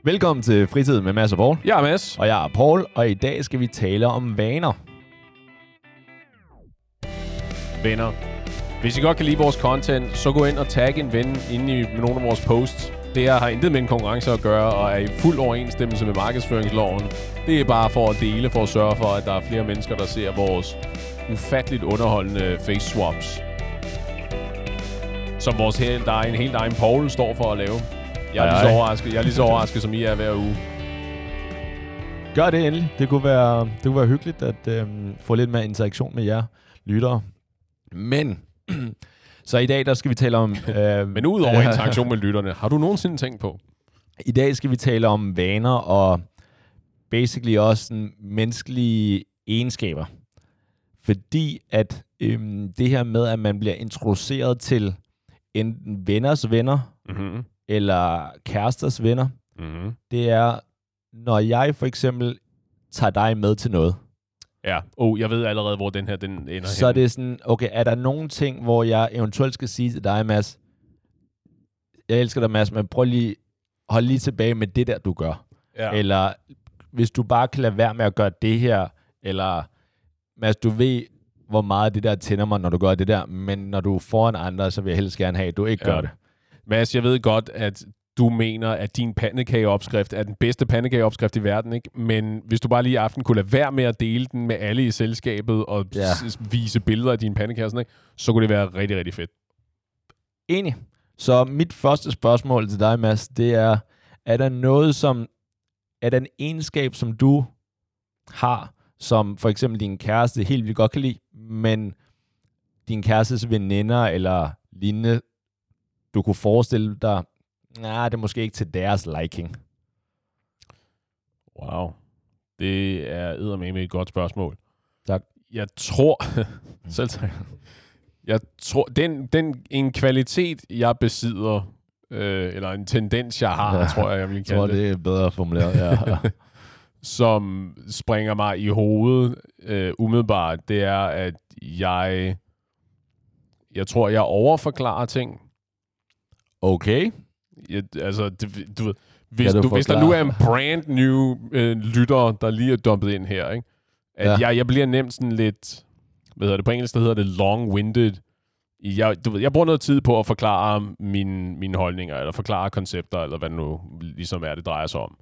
Velkommen til Fritid med Mads og Paul. Jeg er Mads. Og jeg er Paul, og i dag skal vi tale om vaner. Venner. Hvis I godt kan lide vores content, så gå ind og tag en ven inde i nogle af vores posts. Det her har intet med en konkurrence at gøre, og er i fuld overensstemmelse med markedsføringsloven. Det er bare for at dele, for at sørge for, at der er flere mennesker, der ser vores ufatteligt underholdende face swaps. Som vores der er en helt egen Paul står for at lave. Jeg er lige så overrasket, som I er hver uge. Gør det endelig. Det kunne være hyggeligt at få lidt mere interaktion med jer lyttere. Men så i dag der skal vi tale om... Men udover interaktion med lytterne, har du nogensinde tænkt på? I dag skal vi tale om vaner og basically også menneskelige egenskaber. Fordi at det her med, at man bliver introduceret til enten venners venner, eller kæresters venner, det er, når jeg for eksempel tager dig med til noget. Ja, jeg ved allerede, hvor den ender så hen. Det er sådan, okay, er der nogle ting, hvor jeg eventuelt skal sige til dig, Mads, jeg elsker dig, Mads, men prøv lige, hold lige tilbage med det der, du gør. Ja. Eller hvis du bare kan lade være med at gøre det her, eller Mads, du ved, hvor meget det der tænder mig, når du gør det der, men når du er foran andre, så vil jeg helst gerne have, at du ikke gør det. Mads, jeg ved godt, at du mener, at din pandekageopskrift er den bedste pandekageopskrift i verden, ikke? Men hvis du bare lige i aften kunne lade være med at dele den med alle i selskabet og vise billeder af dine pandekager, sådan, ikke? Så kunne det være rigtig, rigtig fedt. Enig. Så mit første spørgsmål til dig, Mads, det er der en egenskab, som du har, som for eksempel din kæreste helt vildt godt kan lide, men din kærestes veninder eller lignende, du kunne forestille dig, det er måske ikke til deres liking. Wow. Det er eddermame et godt spørgsmål. Tak. Jeg tror... Selv tak. Jeg tror, en kvalitet, jeg besidder, eller en tendens, jeg har, tror jeg vil kalde det. Det er bedre formuleret, ja. Som springer mig i hovedet umiddelbart, det er, at jeg tror, jeg overforklarer ting. Okay. Du ved, hvis der nu er en brand new lytter, der lige er dumpet ind her, ikke? At jeg bliver nemt sådan lidt, på engelsk, der hedder det long-winded. Jeg bruger noget tid på at forklare mine holdninger, eller forklare koncepter, eller hvad det nu ligesom er, det drejer sig om.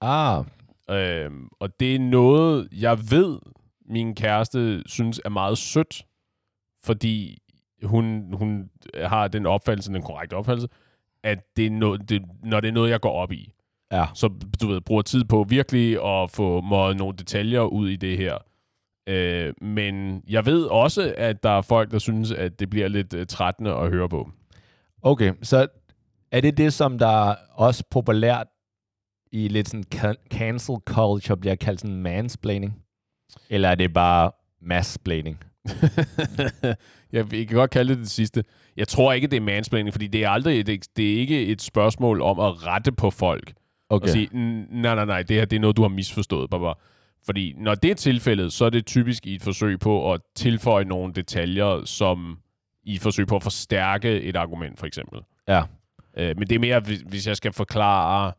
Og det er noget, jeg ved, min kæreste synes er meget sødt, fordi hun har den korrekte opfattelse, at det er når det er noget, jeg går op i. Ja. Så du bruger tid på virkelig at få nogle detaljer ud i det her. Men jeg ved også, at der er folk, der synes, at det bliver lidt trættende at høre på. Okay, så er det, som der er også populært i lidt sådan cancel culture, bliver kaldt sådan mansplaining? Eller er det bare mansplaining? Jeg kan godt kalde det sidste. Jeg tror ikke, det er mansplaining, fordi det er ikke et spørgsmål om at rette på folk. Okay. Og sige, nej, det her det er noget, du har misforstået. Bare. Fordi når det er tilfældet, så er det typisk i et forsøg på at tilføje nogle detaljer, som i et forsøg på at forstærke et argument, for eksempel. Ja. Men det er mere, hvis jeg skal forklare...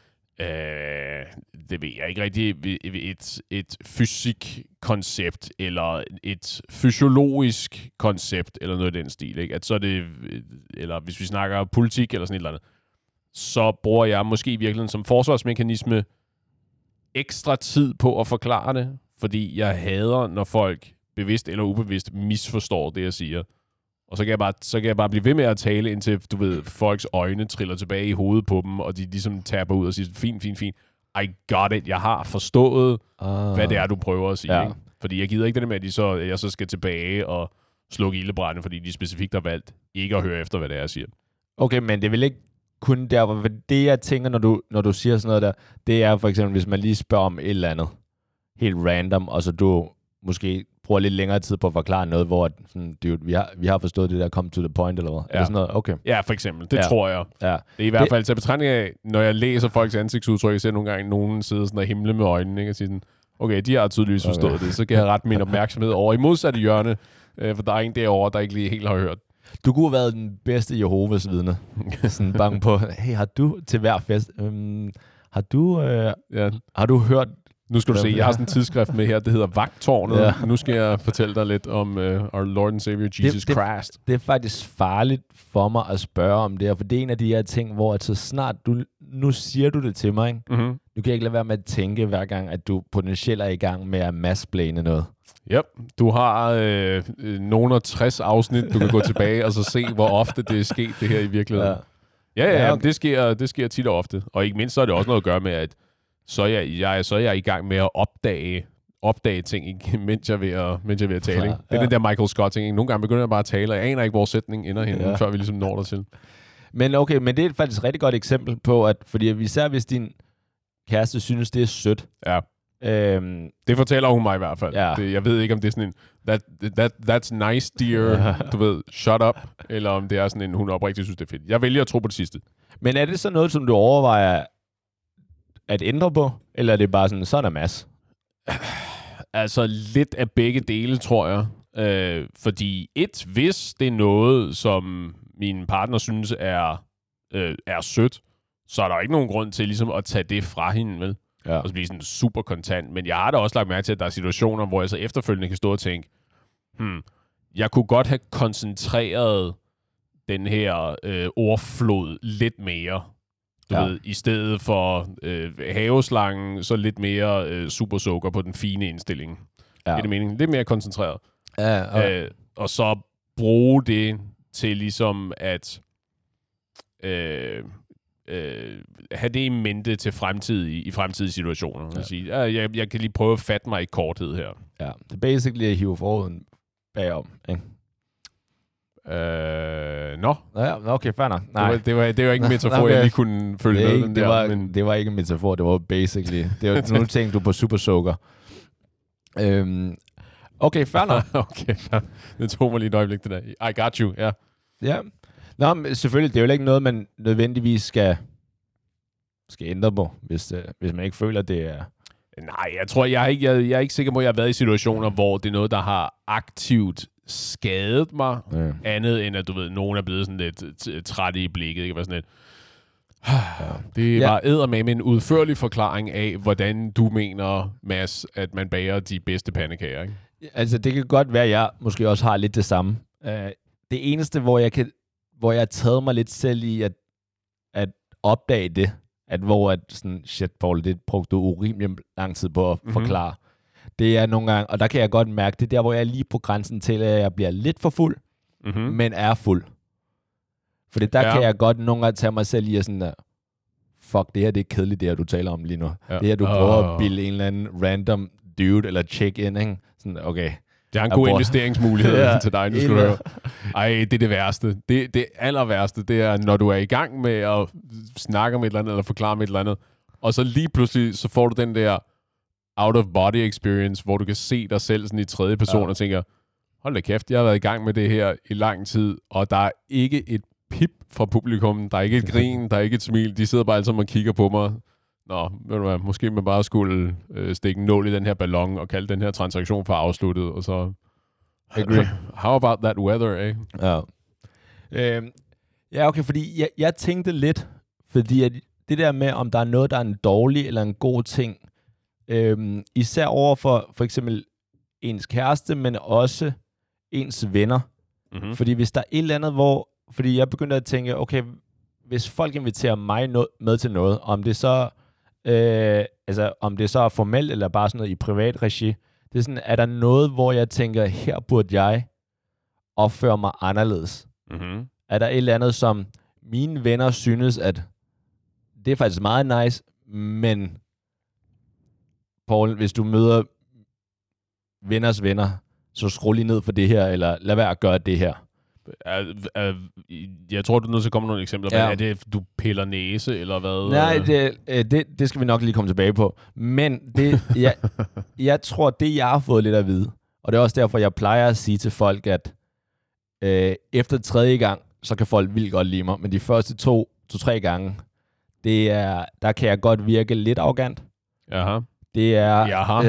det ved jeg ikke rigtig, et fysikkoncept, eller et fysiologisk koncept, eller noget i den stil, ikke? At så er det, eller hvis vi snakker politik, eller sådan et eller andet, så bruger jeg måske i virkeligheden som forsvarsmekanisme ekstra tid på at forklare det, fordi jeg hader, når folk bevidst eller ubevidst misforstår det, jeg siger. Og så kan jeg bare blive ved med at tale, indtil, folks øjne triller tilbage i hovedet på dem, og de ligesom tapper ud og siger, fint. I got it. Jeg har forstået, hvad det er, du prøver at sige. Ja. Ikke? Fordi jeg gider ikke det med, at jeg så skal tilbage og slukke ildebrænde, fordi de specifikt har valgt ikke at høre efter, hvad det er, jeg siger. Okay, men det vil ikke kun der, hvor det jeg tænker, når du siger sådan noget der, det er for eksempel, hvis man lige spørger om et eller andet, helt random, og så du måske bruger lidt længere tid på at forklare noget, hvor sådan, dude, vi har forstået det der come to the point, eller hvad? Ja. Er det sådan noget? Okay. Ja, for eksempel. Det tror jeg. Ja. Det er i hvert fald til betragtning af, når jeg læser folks ansigtsudtryk, jeg ser nogle gange nogen sidde sådan og himle med øjnene, ikke? Og sige sådan, okay, de har tydeligvis forstået det, så kan jeg rette min opmærksomhed over i modsatte hjørne, for der er en derovre, der ikke lige helt har hørt. Du kunne have været den bedste Jehovas vidne. Sådan bange på, hey, har du til hver fest? Har du hørt... Nu skal du se, jeg har sådan en tidsskrift med her, det hedder Vagttårnet. Ja. Nu skal jeg fortælle dig lidt om our Lord and Savior Jesus Christ. Det er faktisk farligt for mig at spørge om det her, for det er en af de her ting, hvor at så snart nu siger du det til mig, ikke? Mm-hmm. Du kan ikke lade være med at tænke hver gang, at du potentielt er i gang med at massplane noget. Yep. Du har nogle 60 afsnit, du kan gå tilbage og så se, hvor ofte det er sket det her i virkeligheden. Ja, okay. Det sker tit og ofte. Og ikke mindst så er det også noget at gøre med, at så er jeg i gang med at opdage ting, mens jeg er ved at tale. Ikke? Det er den der Michael Scott-ting. Ikke? Nogle gange begynder jeg bare at tale, og jeg aner ikke, hvor sætningen ender henne, før vi ligesom når der til. Men okay, men det er faktisk et rigtig godt eksempel på, at fordi især hvis din kæreste synes, det er sødt. Ja. Det fortæller hun mig i hvert fald. Ja. Jeg ved ikke, om det er sådan en, that's nice, dear, du ved, shut up, eller om det er sådan en, hun oprigtigt synes, det er fedt. Jeg vælger at tro på det sidste. Men er det så noget, som du overvejer at ændre på, eller er det bare sådan er Mads? Altså lidt af begge dele, tror jeg. Fordi hvis det er noget, som min partner synes er sødt, så er der ikke nogen grund til ligesom at tage det fra hende, vel? Ja. Og så blive sådan super kontant. Men jeg har da også lagt mærke til, at der er situationer, hvor jeg så efterfølgende kan stå og tænke, jeg kunne godt have koncentreret den her ordflod lidt mere. Du ved, i stedet for haveslangen, så lidt mere supersukker på den fine indstilling. Ja. Det er det meningen. Lidt mere koncentreret. Ja, okay. Og så bruge det til ligesom at have det i mente til fremtidige situationer. Ja. Sige, jeg kan lige prøve at fatte mig i korthed her. Ja, det er basically at hive forhuden bagom, ikke? Nå. Ja, okay, fair nok. Nej. Det var ikke en metafor, okay. Jeg lige kunne følge med den der. Det var ikke en metafor, det var basically. Det var nogle ting, du på supersukker. Okay, fair nok. Okay, fair. Det tog mig lige et øjeblik, det der. I got you, ja. Ja. Nå, men selvfølgelig, det er jo ikke noget, man nødvendigvis skal ændre på, hvis man ikke føler, det er... Nej, jeg tror, jeg er ikke sikker på, at jeg har været i situationer, hvor det er noget, der har aktivt skadet mig, andet end at, du ved, nogen er blevet sådan lidt træt i blikket, ikke? Sådan lidt. Det var eddermame en udførlig forklaring af, hvordan du mener, Mads, at man bager de bedste pandekager, ikke? Altså, det kan godt være, at jeg måske også har lidt det samme. Det eneste, hvor jeg har taget mig lidt selv i at opdage det, hvor sådan, shit, Paul, det brugte du urimelig lang tid på at forklare. Det er nogle gange, og der kan jeg godt mærke, det der, hvor jeg er lige på grænsen til, at jeg bliver lidt for fuld, men er fuld. Fordi der kan jeg godt nogle gange tage mig selv i at sådan der, fuck, det her, det er kedeligt, det her, du taler om lige nu. Ja. Det her, du prøver at bilde en eller anden random dude eller chick in, ikke? Sådan, okay. Det er en god investeringsmulighed til dig, nu skal du høre. Ej, det er det værste. Det aller værste, det er, når du er i gang med at snakke om et eller andet, eller forklare om et eller andet, og så lige pludselig, så får du den der out-of-body experience, hvor du kan se dig selv sådan i tredje person og tænker, hold da kæft, jeg har været i gang med det her i lang tid, og der er ikke et pip fra publikum, der er ikke et grin, der er ikke et smil, de sidder bare alle sammen og kigger på mig. Nå, ved du hvad, måske man bare skulle stikke en nål i den her ballon og kalde den her transaktion for afsluttet, og så... How about that weather, eh? Ja. Ja, okay, fordi jeg tænkte lidt, fordi at det der med, om der er noget, der er en dårlig eller en god ting, især over for eksempel ens kæreste, men også ens venner. Mm-hmm. Fordi hvis der er et eller andet, fordi jeg begyndte at tænke, okay, hvis folk inviterer mig med til noget, om det så om det så er formelt eller bare sådan noget i privat regi, det er sådan, er der noget, hvor jeg tænker, her burde jeg opføre mig anderledes? Mm-hmm. Er der et eller andet, som mine venner synes, at det er faktisk meget nice, men Paul, hvis du møder venners venner, så skru lige ned for det her, eller lad være at gøre det her. Jeg tror, du er nødt til at komme nogle eksempler. Hvad er det, du piller næse, eller hvad? Nej, det skal vi nok lige komme tilbage på. Men jeg tror, det jeg har fået lidt at vide, og det er også derfor, jeg plejer at sige til folk, at efter tredje gang, så kan folk vildt godt lide mig, men de første 2-3 gange, der kan jeg godt virke lidt arrogant. Jaha. Det er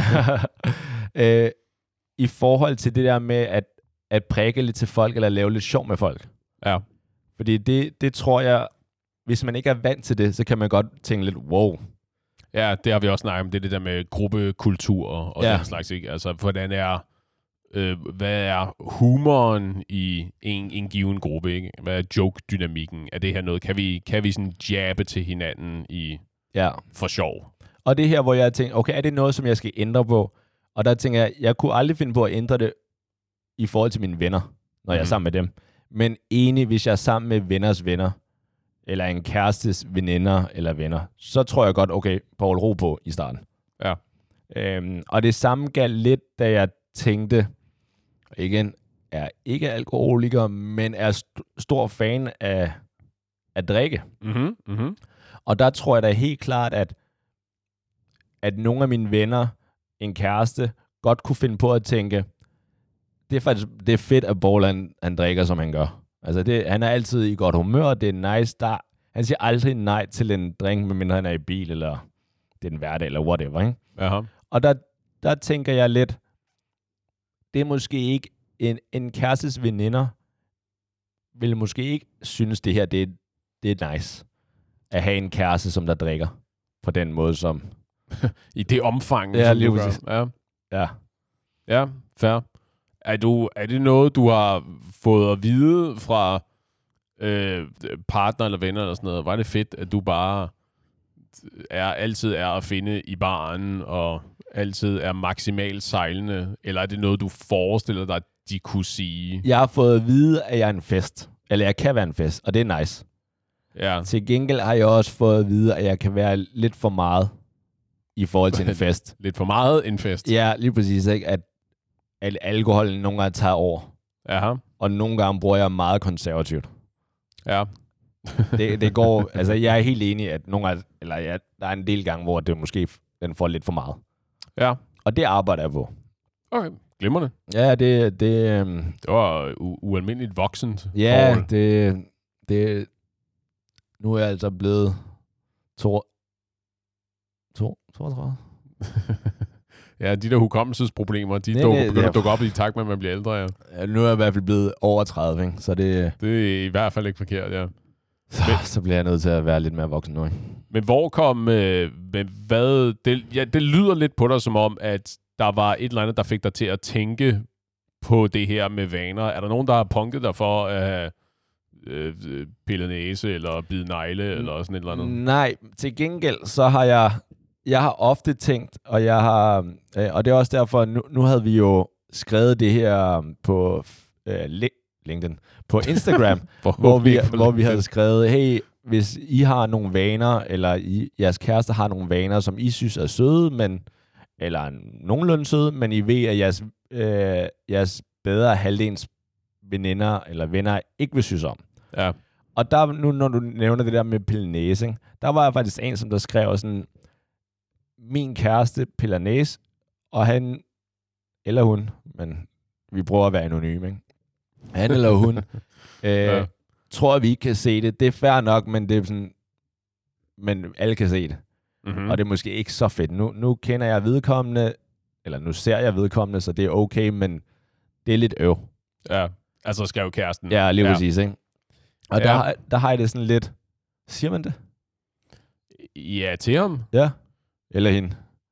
i forhold til det der med at prikke lidt til folk, eller lave lidt sjov med folk. Ja. Fordi det tror jeg hvis man ikke er vant til det, så kan man godt tænke lidt, wow. Ja, det har vi også snakket om. Det der med gruppekultur og Ja. den slags, ikke? Altså, hvordan er... hvad er humoren i en given gruppe, ikke? Hvad er joke-dynamikken? Er det her noget? Kan vi sådan jabbe til hinanden for sjov? Og det her, hvor jeg tænker, okay, er det noget, som jeg skal ændre på? Og der tænker jeg kunne aldrig finde på at ændre det i forhold til mine venner, når jeg er sammen med dem. Men enig, hvis jeg er sammen med venners venner, eller en kærestes veninder eller venner, så tror jeg godt, okay, Paul, ro på i starten. Ja. Og det samme galt lidt, da jeg tænkte, igen, er ikke alkoholiker, men er stor fan af at drikke. Mm-hmm. Mm-hmm. Og der tror jeg da helt klart, at nogle af mine venner, en kæreste, godt kunne finde på at tænke, det er fedt, at Paul han drikker, som han gør. Altså han er altid i godt humør, det er nice. Han siger aldrig nej til en drink, medmindre han er i bil, eller det er en hverdag, eller whatever. Ikke? Aha. Og der tænker jeg lidt, det er måske ikke en kærestes veninder, vil måske ikke synes, det her det er nice, at have en kæreste, som der drikker, på den måde, som... I det omfang, ja, som lige du præcis. gør. Ja. Ja, fair. Er det noget, du har fået at vide fra partner eller venner eller sådan noget? Var det fedt, at du bare altid er at finde i baren, og altid er maksimalt sejlende? Eller er det noget, du forestiller dig, de kunne sige? Jeg har fået at vide, at jeg er en fest. Eller jeg kan være en fest, og det er nice. Ja. Til gengæld har jeg også fået at vide, at jeg kan være lidt for meget i forhold til en fest. Lidt for meget en fest? Ja, lige præcis. Ikke? At alkoholen nogle gange tager over. Aha. Og nogle gange bruger jeg meget konservativt. Ja. det går... Altså, jeg er helt enig, at der er en del gange, hvor det måske den får lidt for meget. Ja. Og det arbejder jeg på. Okay, glimrende. Ja, det var ualmindeligt voksent. Ja, det... Nu er jeg altså blevet 32. Ja, de der hukommelsesproblemer, de begynder at dukke op i takt med, at man bliver ældre, ja. Ja, nu er jeg i hvert fald blevet over 30, ikke? Så det... Det er i hvert fald ikke forkert, ja. Så bliver jeg nødt til at være lidt mere voksen nu, ikke? Men hvor kom... det lyder lidt på dig som om, at der var et eller andet, der fik dig til at tænke på det her med vaner. Er der nogen, der har punket dig for at have pillet næse, eller bide negle, eller sådan et eller andet? Nej, til gengæld, så har jeg har ofte tænkt, og jeg har... og det er også derfor, nu havde vi jo skrevet det her på LinkedIn, på Instagram, hvor vi havde skrevet, hey, hvis I har nogle vaner, eller jeres kæreste har nogle vaner, som I synes er søde, eller nogenlunde søde, men I ved, at jeres bedre halvdels veninder eller venner ikke vil synes om. Ja. Og der, nu når du nævner det der med pille næse, ikke? Der var jeg faktisk en, som der skrev sådan, min kæreste piller næse, og han, eller hun, men vi prøver at være anonyme, ikke? Han eller hun, tror, vi ikke kan se det. Det er fair nok, men det er sådan, men alle kan se det. Mm-hmm. Og det er måske ikke så fedt. Nu kender jeg vedkommende, eller nu ser jeg vedkommende, så det er okay, men det er lidt øv. Ja, altså skrev kæresten. Ja, lige præcis, ikke? Og der har jeg det sådan lidt, siger man det? Ja, til ham. Ja, eller hende.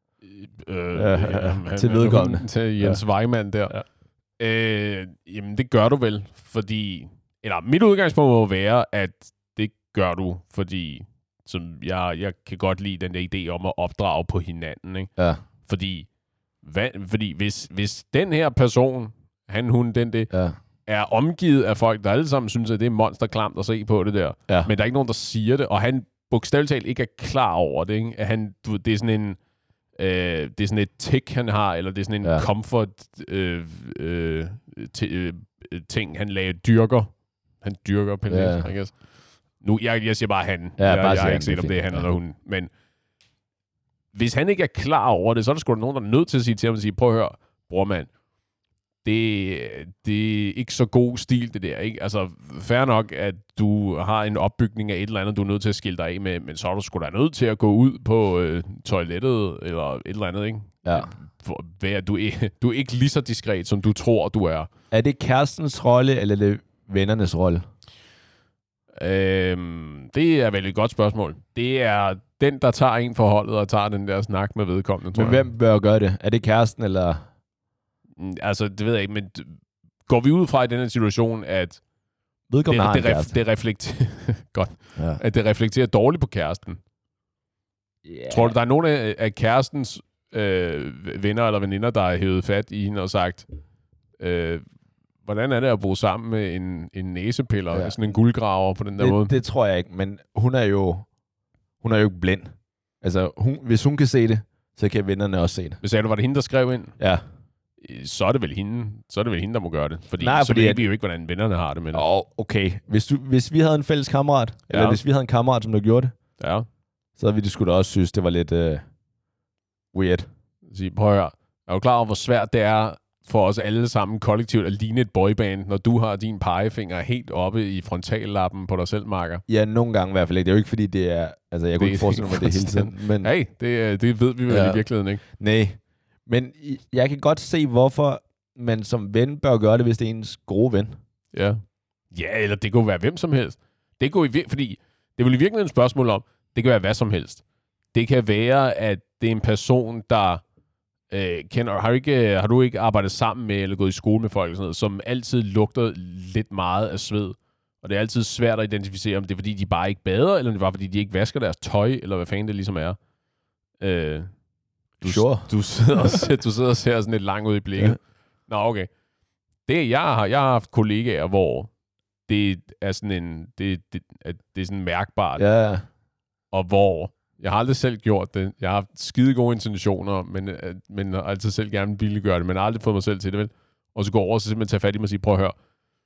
Til vedkommende. Til Jens Weimann der. Ja. Jamen, det gør du vel, fordi... Eller mit udgangspunkt må være, at det gør du, fordi som jeg kan godt lide den der idé om at opdrage på hinanden, ikke? Ja. Fordi hvis den her person, hun, er omgivet af folk, der alle sammen synes, at det er monsterklamt at se på det der, men der er ikke nogen, der siger det, og han bogstaveligt talt ikke er klar over det, ikke? At det er sådan en... det er sådan et tick, han har, eller det er sådan en comfort ting, han dyrker. Han dyrker penis, I guess. Nu, jeg siger bare han. Jeg har ikke set, om det er han eller hun. Men hvis han ikke er klar over det, så er der sgu da nogen, der er nødt til at sige til ham, prøv at høre, brormand, det er ikke så god stil, det der, ikke? Altså, fair nok, at du har en opbygning af et eller andet, du er nødt til at skille dig af med, men så er du sgu da nødt til at gå ud på toilettet, eller et eller andet, ikke? Ja. Du er ikke lige så diskret, som du tror, du er. Er det kærestens rolle, eller er det vennernes rolle? Det er vel et godt spørgsmål. Det er den, der tager en for holdet og tager den der snak med vedkommende, tror Men jeg. hvem bør gøre det? Er det kæresten, eller? Altså, det ved jeg ikke, men går vi ud fra i den her situation, at Vedkommende har en kæreste. det reflekterer godt, Ja. at det reflekterer dårligt på kæresten? Yeah. Tror du, der er nogen af kærestens venner eller veninder, der har hævet fat i hende og sagt, hvordan er det at bo sammen med en næsepiller, sådan en guldgraver på den der måde? Det tror jeg ikke, men hun er jo ikke blind. Altså, hvis hun kan se det, så kan vennerne også se det. Hvis var det hende, der skrev ind? Ja. Så er det vel hende, der må gøre det. Fordi fordi ved vi jo ikke, hvordan vennerne har det med det. Okay. Hvis vi havde en fælles kammerat, eller hvis vi havde en kammerat, som der gjorde det, så havde vi det sgu da også synes, det var lidt weird. Prøv at høre. Er du klar over, hvor svært det er for os alle sammen kollektivt at ligne et boyband, når du har din pegefinger helt oppe i frontallappen på dig selv, Marker? Ja, nogle gange i hvert fald ikke. Det er jo ikke, fordi det er... Altså, jeg kunne ikke forestille mig, det hele tiden. Men, hey, det ved vi vel i virkeligheden, ikke? Nej. Men jeg kan godt se, hvorfor man som ven bør gøre det, hvis det er ens gode ven. Ja. Ja, eller det kunne være hvem som helst. Fordi det vil i virkeligheden et spørgsmål om, det kan være hvad som helst. Det kan være, at det er en person, der har du ikke arbejdet sammen med, eller gået i skole med folk, eller sådan noget, som altid lugter lidt meget af sved. Og det er altid svært at identificere, om det er, fordi de bare ikke bader, eller om det er bare, fordi de ikke vasker deres tøj, eller hvad fanden det ligesom er. Du sidder og ser sådan lidt langt ud i blikket. Ja. Nå, okay. Jeg har haft kollegaer, hvor det er sådan det er sådan mærkbart. Ja. Og hvor jeg har aldrig selv gjort det. Jeg har haft skide gode intentioner, men har altid selv gerne ville gøre det, men har aldrig fået mig selv til det, vel? Og så går over og så simpelthen tage fat i mig og sige, prøv at høre.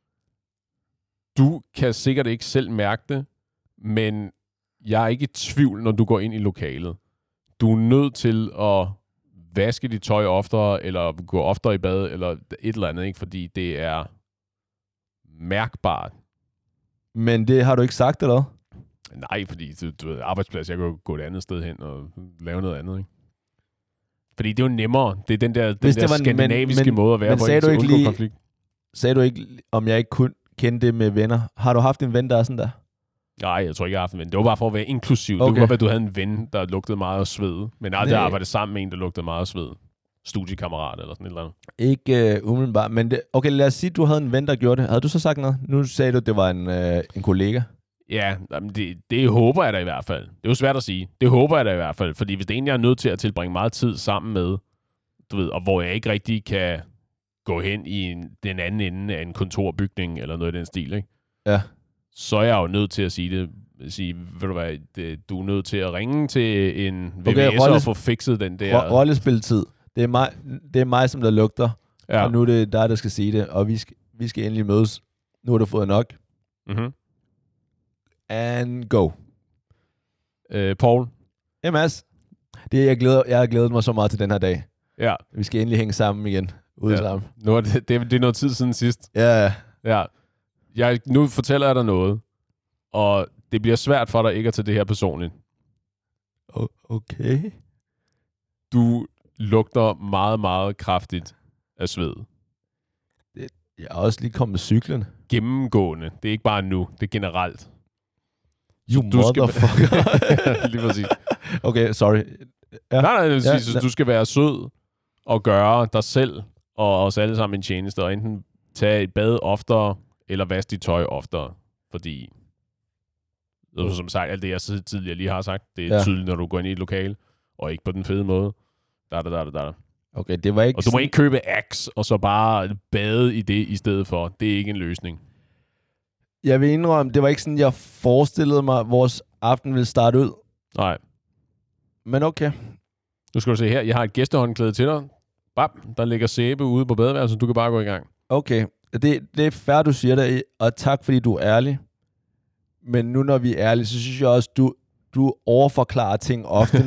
Du kan sikkert ikke selv mærke det, men jeg er ikke i tvivl, når du går ind i lokalet. Du er nødt til at vaske dit tøj oftere, eller gå oftere i bad, eller et eller andet, ikke? Fordi det er mærkbart. Men det har du ikke sagt, eller? Nej, fordi du ved, arbejdsplads, jeg kan jo gå et andet sted hen og lave noget andet, ikke? Fordi det er jo nemmere. Det er den der skandinaviske måde at være på, ikke? Til undgå konflikt. Sagde du ikke, om jeg ikke kunne kende det med venner? Har du haft en ven, der er sådan der? Nej, jeg tror ikke, jeg har haft en ven. Det var bare for at være inklusiv. Okay. Det kunne godt være, at du havde en ven, der lugtede meget af sved, men aldrig arbejdet sammen med en, der lugtede meget af sved. Studiekammerat eller sådan et eller andet. Ikke umiddelbart, men okay, lad os sige, at du havde en ven, der gjorde det. Havde du så sagt noget? Nu sagde du, at det var en kollega. Ja, det håber jeg da i hvert fald. Det er jo svært at sige. Det håber jeg da i hvert fald, fordi hvis det egentlig er nødt til at tilbringe meget tid sammen med, du ved, og hvor jeg ikke rigtig kan gå hen i den anden ende af en kontorbygning eller noget i den stil, ikke? Ja. Så er jeg jo nødt til at sige, ved du hvad, du er nødt til at ringe til en VVS og få fikset den der... Rollespiltid. Det er mig, som der lugter, ja. Og nu er det dig, der skal sige det, og vi skal endelig mødes. Nu har du fået nok. Mhm. And go. Paul? Mads. Jeg har glædet mig så meget til den her dag. Ja. Vi skal endelig hænge sammen igen. Ude sammen. Nu er det er noget tid siden sidst. Ja. Nu fortæller jeg dig noget, og det bliver svært for dig ikke at tage det her personligt. Okay. Du lugter meget, meget kraftigt af sved. Jeg er også lige kommet med cyklen. Gennemgående. Det er ikke bare nu, det er generelt. You motherfucker. Lige præcis. Okay, sorry. Ja. Nej, du skal være sød og gøre dig selv og os alle sammen en tjeneste, og enten tage et bad oftere, eller vaske dit tøj oftere. Fordi, som sagt, alt det, jeg tidligere lige har sagt, det er tydeligt, når du går ind i et lokale, og ikke på den fede måde. Der. Okay, det var ikke... Og du må ikke købe Axe, og så bare bade i det i stedet for. Det er ikke en løsning. Jeg vil indrømme, det var ikke sådan, jeg forestillede mig, at vores aften ville starte ud. Nej. Men okay. Nu skal du se her, jeg har et gæstehåndklæde til dig. Bam, der ligger sæbe ude på badeværelset, du kan bare gå i gang. Okay, det er fair, du siger det, og tak, fordi du er ærlig. Men nu, når vi er ærlige, så synes jeg også, du overforklarer ting ofte.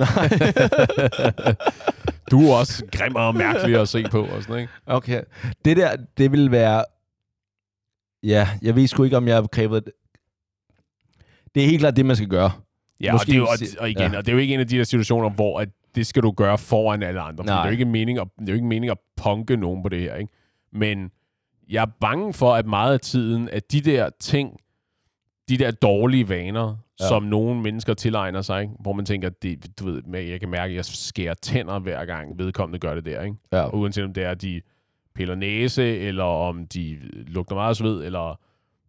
Du er også grim og mærkelig at se på. Og sådan, ikke? Okay, det vil være... Ja, jeg ved sgu ikke, om jeg har grebet det. Det er helt klart det, man skal gøre. Ja, og det er jo ikke en af de der situationer, hvor at det skal du gøre foran alle andre. Det er jo ikke mening at punke nogen på det her. Ikke? Men jeg er bange for, at meget af tiden, at de der ting, de der dårlige vaner, som nogle mennesker tilegner sig, ikke? Hvor man tænker, du ved, jeg kan mærke, at jeg skærer tænder hver gang vedkommende gør det der, ikke? Ja. Og uanset om det er, at de piller næse, eller om de lugter meget sved, eller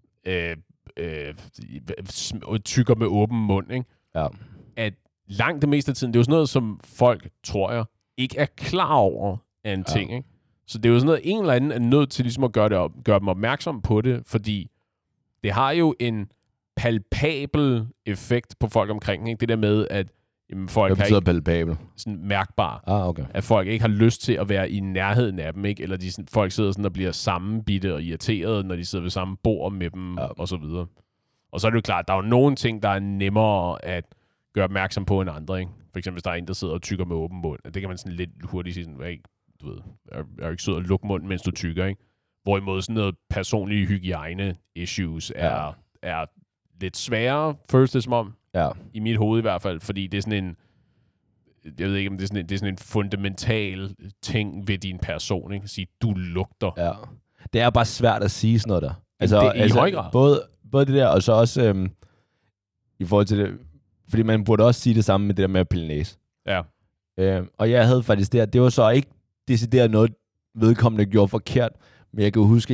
tykker med åben mund, ikke? Ja. At langt det meste af tiden, det er jo sådan noget, som folk, tror jeg, ikke er klar over af en ting, ikke? Så det er jo sådan noget, en eller anden er nødt til ligesom at gøre dem opmærksom på det, fordi det har jo en palpabel effekt på folk omkring, ikke? Det der med, at folk har ikke palpabel? Sådan mærkbar. Okay. At folk ikke har lyst til at være i nærheden af dem, ikke? Eller folk sidder sådan og bliver sammenbitte og irriteret, når de sidder ved samme bord med dem, og så videre. Og så er det jo klart, der er jo nogle ting, der er nemmere at gøre opmærksom på end andre, ikke? For eksempel, hvis der er en, der sidder og tykker med åben mund. Det kan man sådan lidt hurtigt sige sådan, du ved, er jo ikke sød at lukke munden, mens du tykker, ikke? Hvorimod sådan noget personlige hygiejne-issues er lidt sværere, føles det som om. Ja. I mit hoved i hvert fald, fordi det er sådan en, jeg ved ikke, om det er sådan en fundamental ting ved din person, ikke? At sige, du lugter. Ja. Det er bare svært at sige sådan noget der. Altså, det er i høj grad. Både det der, og så også i forhold til det, fordi man burde også sige det samme med det der med at pille næse. Ja. Og jeg havde faktisk det var så ikke decideret noget, vedkommende gjorde forkert, men jeg kan huske, at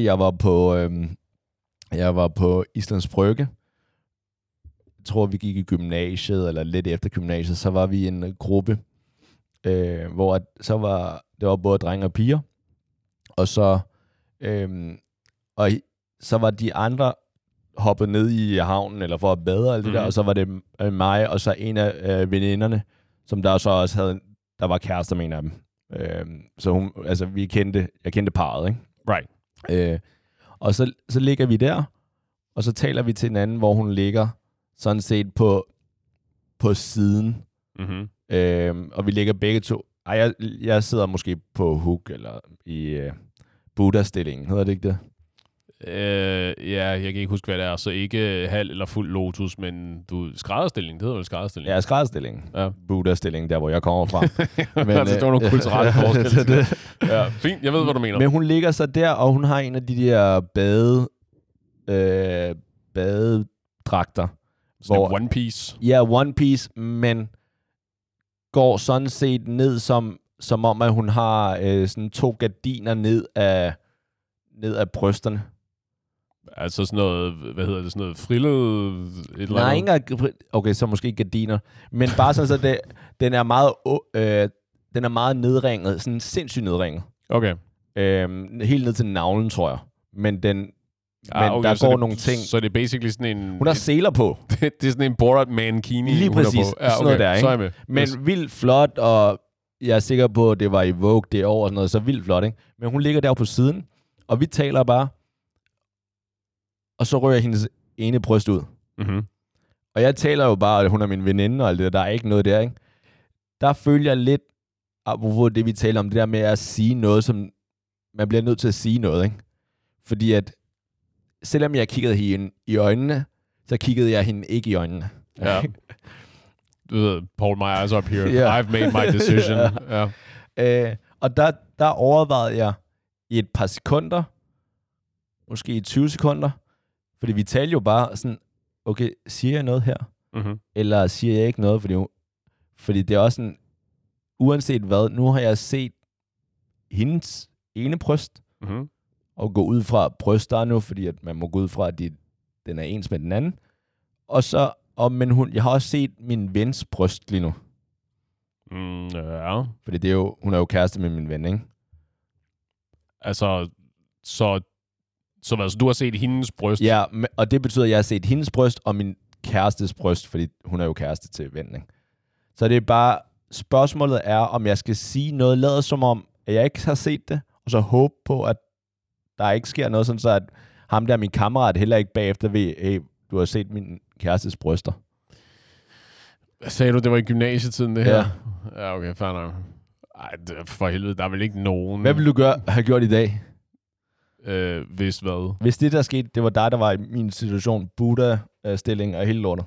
jeg var på Islands Brygge. Jeg tror, vi gik i gymnasiet, eller lidt efter gymnasiet, så var vi i en gruppe, hvor det var både drenge og piger, og så var de andre hoppet ned i havnen, eller for at bade, og alt det der, og så var det mig, og så en af veninderne, som der så også havde, der var kærester med en af dem. Så jeg kendte parret, ikke? Right. Og så ligger vi der, og så taler vi til hinanden, hvor hun ligger sådan set på siden. Mm-hmm. Og vi ligger begge to. Jeg sidder måske på hook, eller i Buddha-stillingen, hedder det ikke det? Ja, jeg kan ikke huske, hvad det er. Så ikke halv eller fuld lotus, men skrædderstilling. Det hedder vel skrædderstilling? Ja, skrædderstilling. Ja. Buddha-stilling, der hvor jeg kommer fra. Men, altså, der er nogle kulturelle forskelle. Ja, fint, jeg ved, hvad du mener. Men hun ligger så der, og hun har en af de der badedragter. One Piece? Ja, One Piece, men går sådan set ned som om, at hun har sådan 2 gardiner ned af brysterne. Altså sådan noget, hvad hedder det, sådan noget frillet? Nej, ikke. Okay, så måske gardiner. Men bare sådan, så den er meget nedringet. Sådan sindssygt nedringet. Okay. Helt ned til navlen, tror jeg. Men der går nogle ting. Så det er basically sådan en... Hun har seler på. det er sådan en Borat mankini. Lige præcis. Ja, okay. Sådan noget der, ikke? Så er jeg med. Men vildt flot, og jeg er sikker på, at det var i Vogue det år og sådan noget, så vildt flot, ikke? Men hun ligger der på siden, og vi taler bare, og så rører hendes ene bryst ud. Mm-hmm. Og jeg taler jo bare, at hun er min veninde, og det der er ikke noget der, ikke? Der følger jeg lidt, apropos det vi taler om, det der med at sige noget, som man bliver nødt til at sige noget, ikke? Fordi at, selvom jeg kiggede hende i øjnene, så kiggede jeg hende ikke i øjnene. Ja. Du ved, hold my eyes up here. Yeah. I've made my decision. Og der overvejede jeg i et par sekunder, måske i 20 sekunder, fordi vi talte jo bare sådan, okay, siger jeg noget her? Mm-hmm. Eller siger jeg ikke noget? Fordi det er også sådan, uanset hvad, nu har jeg set hendes ene bryst, mm-hmm. og gå ud fra bryster nu, fordi at man må gå ud fra, at den er ens med den anden. Men jeg har også set min vens bryst lige nu. Ja. Fordi hun er jo kæreste med min ven, ikke? Altså, så du har set hendes bryst? Ja, og det betyder, at jeg har set hendes bryst og min kærestes bryst, fordi hun er jo kæreste til vennen, ikke? Så det er bare, spørgsmålet er, om jeg skal sige noget, lader som om, at jeg ikke har set det, og så håbe på, at der ikke sker noget, sådan så at ham der, min kammerat, heller ikke bagefter ved, hey, du har set min kærestes bryster. Sagde du, det var i gymnasietiden, det her? Ja. Ja, okay, fair nok. Ej, for helvede, der er vel ikke nogen... Hvad vil du have gjort i dag? Hvis hvad? Hvis det, der skete, det var dig, der var i min situation, Buddha-stilling og hele lortet.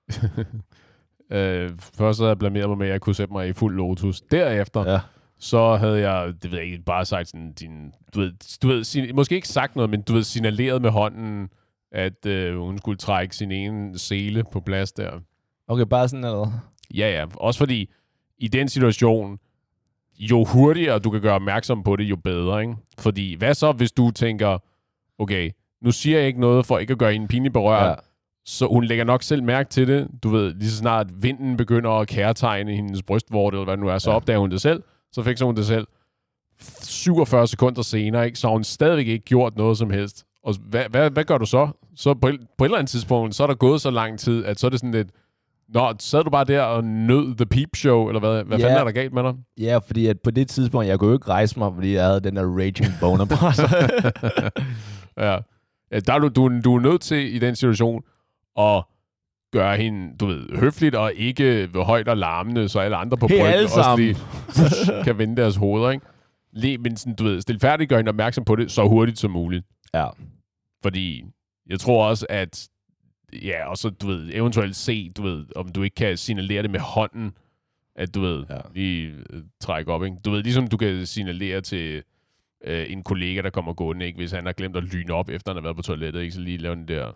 Først så havde jeg blameret mig med, at jeg kunne sætte mig i fuld lotus. Derefter, så havde jeg, det ved jeg ikke, bare sagt sådan, du ved, måske ikke sagt noget, men du ved, signaleret med hånden, at hun skulle trække sin ene sele på plads der. Okay, bare sådan eller? Ja. Også fordi, i den situation, jo hurtigere du kan gøre opmærksom på det, jo bedre, ikke? Fordi, hvad så, hvis du tænker, okay, nu siger jeg ikke noget for ikke at gøre hende pinligt berørt, så hun lægger nok selv mærke til det. Du ved, lige så snart vinden begynder at kærtegne hendes brystvorte, eller hvad det nu er, så opdager hun det selv. Så fikser hun det selv. 47 sekunder senere, ikke? Så har hun stadigvæk ikke gjort noget som helst. Og hvad gør du så? Så på et eller andet tidspunkt, så er der gået så lang tid, at så er det sådan lidt, nå, sad du bare der og nød The Peep Show, eller hvad fanden er der galt med dig? Ja, fordi at på det tidspunkt, jeg kunne jo ikke rejse mig, fordi jeg havde den der raging boner på sig. Ja, der er du er nødt til i den situation at gøre hende, du ved, høfligt og ikke højt og larmende, så alle andre på bryggen også lige kan vende deres hoveder, ikke? Men sådan, du ved, stilfærdigt gør hende opmærksom på det så hurtigt som muligt. Ja. Fordi jeg tror også, at og så, du ved, eventuelt se, du ved, om du ikke kan signalere det med hånden, at du ved, lige trække op, ikke? Du ved, ligesom du kan signalere til en kollega, der kommer gående, ikke? Hvis han har glemt at lyne op, efter han har været på toilettet, ikke? Så lige lave den der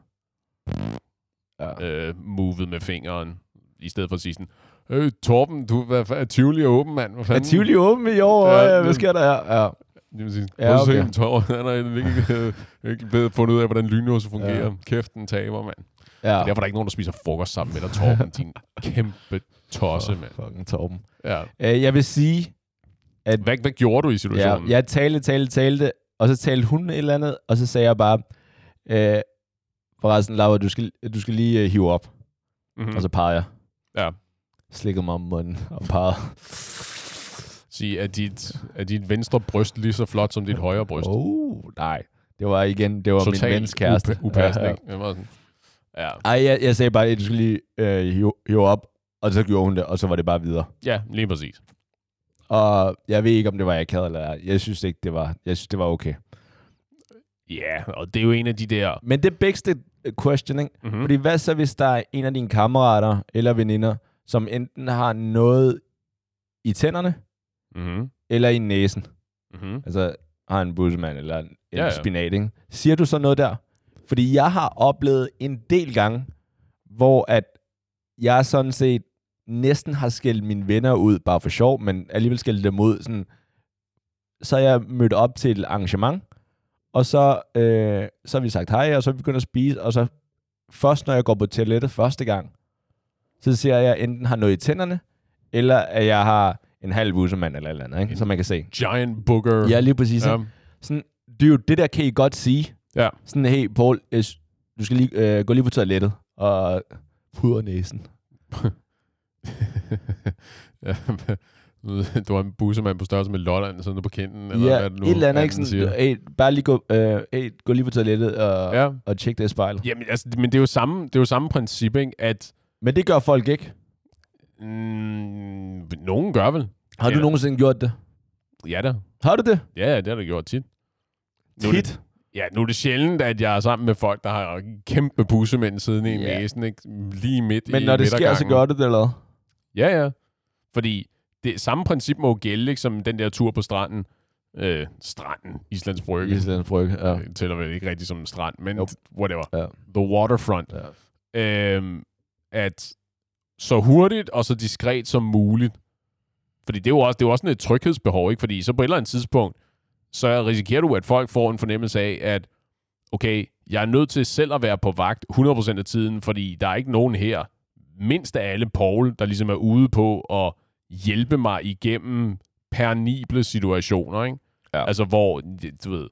movet med fingeren, i stedet for at sige sådan, Torben, du er Tivoli åben, mand. Hvad fanden? Er Tivoli åben i år? Hvad sker der her? Ja. Det vil sige, okay. Han har ikke fundet ud af, hvordan lynlåse fungerer. Ja. Kæft, den taber, mand. Ja. Det er derfor, der er ikke nogen, der spiser frokost sammen med dig, Torben. Din kæmpe tosse, mand. Fucking Torben. Ja. Jeg vil sige, at... Hvad gjorde du i situationen? Jeg talte, og så talte hun et eller andet, og så sagde jeg bare, forresten, Laura, du skal lige hive op. Mm-hmm. Og så pegede jeg. Ja. Slikkede mig om munden og pegede. Sige, er dit venstre bryst lige så flot som dit højre bryst? Nej. Det var min vens kæreste. Upassende. Ja. Ej, jeg sagde bare, at du skulle lige hive op, og så gjorde hun det, og så var det bare videre. Ja, lige præcis. Og jeg ved ikke, om det var akavet eller ej. Jeg synes ikke, det var. Jeg synes, det var okay. Ja, og det er jo en af de der... Men det bigste question, ikke? Mm-hmm. Fordi hvad så, hvis der er en af dine kammerater eller veninder, som enten har noget i tænderne, eller i næsen. Mm-hmm. Altså har en bussemand eller en spinat, ikke? Siger du så noget der? Fordi jeg har oplevet en del gange, hvor at jeg sådan set næsten har skældt mine venner ud, bare for sjov, men alligevel skældt dem ud. Sådan, så er jeg mødt op til et arrangement, og så har vi sagt hej, og så er vi begyndt at spise, og så først, når jeg går på toilettet første gang, så siger jeg, at jeg enten har noget i tænderne, eller at jeg har en halv bussemand eller andet, ikke? Som man kan se. Giant booger. Ja, lige præcis. Ja. Sådan, det der kan I godt sige. Ja. Sådan, hey, Paul, du skal lige gå lige på toilettet og pudre næsen. Ja, du har en bussemand på størrelse med Lolland, sådan noget på kinden, eller ja, hvad det nu et eller andet, ikke sådan, hey, bare lige gå lige på toilettet og tjek det spejl. Jamen, altså, men det er jo samme princip, ikke? At... Men det gør folk ikke. Nogen gør vel. Har du nogensinde gjort det? Ja da. Har du det? Ja, det har du gjort tit. Tit? Nu er det sjældent, at jeg er sammen med folk, der har kæmpe bussemænd siddende i næsen, ikke? Lige midt i Men når det sker, så gør det eller? Ja. Fordi det samme princip må jo gælde, ikke, som den der tur på stranden. Islands Brygge. Islands Brygge, ja. Det tæller vel ikke rigtig som en strand, men whatever. Ja. The waterfront. Ja. At så hurtigt og så diskret som muligt. Fordi det er jo også et tryghedsbehov, ikke? Fordi så på et eller andet tidspunkt, så risikerer du, at folk får en fornemmelse af, at okay, jeg er nødt til selv at være på vagt 100% af tiden, fordi der er ikke nogen her, mindst af alle Paul, der ligesom er ude på at hjælpe mig igennem pernible situationer, ikke? Ja. Altså hvor, du ved,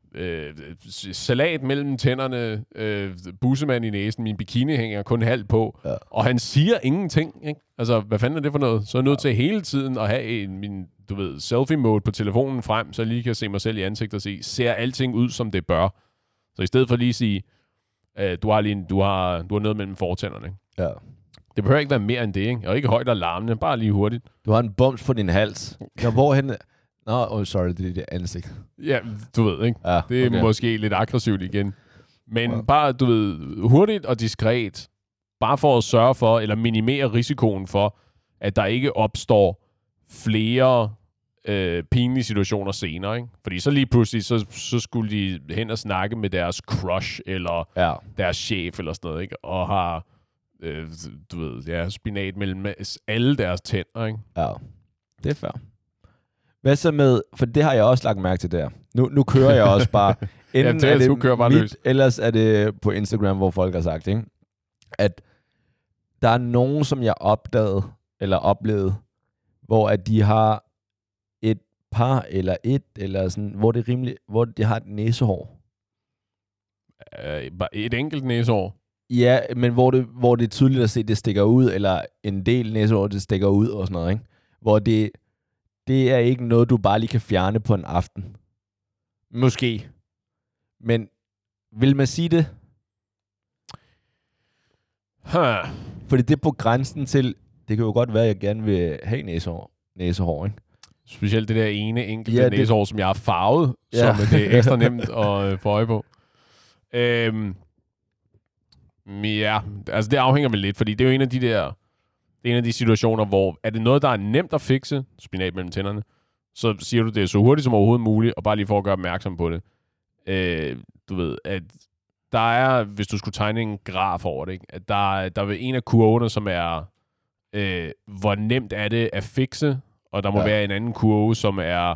salat mellem tænderne, bussemand i næsen, min bikini hænger kun halvt på, og han siger ingenting, ikke? Altså, hvad fanden er det for noget? Så er jeg nødt til hele tiden at have min, du ved, selfie-mode på telefonen frem, så jeg lige kan se mig selv i ansigtet og se, ser alting ud, som det bør? Så i stedet for lige at sige, du har noget mellem fortænderne, ikke? Ja. Det behøver ikke være mere end det, ikke? Og ikke højt og larmende, bare lige hurtigt. Du har en bums på din hals. Ja, hvorhen... sorry, det er det ansigt. Ja, du ved, ikke? Ja, det er måske lidt aggressivt igen. Men bare, du ved, hurtigt og diskret. Bare for at sørge for, eller minimere risikoen for, at der ikke opstår flere pinlige situationer senere, ikke? Fordi så lige pludselig, så skulle de hen og snakke med deres crush, eller deres chef, eller sådan noget, ikke? Og har, du ved, spinat mellem alle deres tænder, ikke? Ja, det er fair. Hvad så med, for det har jeg også lagt mærke til der. Nu kører jeg også bare. Enten ja, det kører bare løs. Ellers er det på Instagram, hvor folk har sagt, ikke? At der er nogen, som jeg opdagede, eller oplevede, hvor at de har et par, eller sådan, hvor det er rimeligt, hvor de har et næsehår. Bare et enkelt næsehår? Ja, men hvor det er tydeligt at se, at det stikker ud, eller en del næsehår, det stikker ud, og sådan noget, ikke? Hvor det er ikke noget, du bare lige kan fjerne på en aften. Måske. Men vil man sige det? Fordi det er på grænsen til, det kan jo godt være, at jeg gerne vil have næsehår, ikke? Specielt det der ene enkelte næsehår, som jeg har farvet, som det er ekstra nemt at få øje på. Ja, altså det afhænger vel lidt, fordi det er jo en af de situationer, hvor er det noget, der er nemt at fikse, spinat mellem tænderne, så siger du det så hurtigt som overhovedet muligt, og bare lige for at gøre opmærksom på det. Du ved, at der er, hvis du skulle tegne en graf over det, ikke? At der er en af kurvene, som er, hvor nemt er det at fikse, og der må være en anden kurve, som er,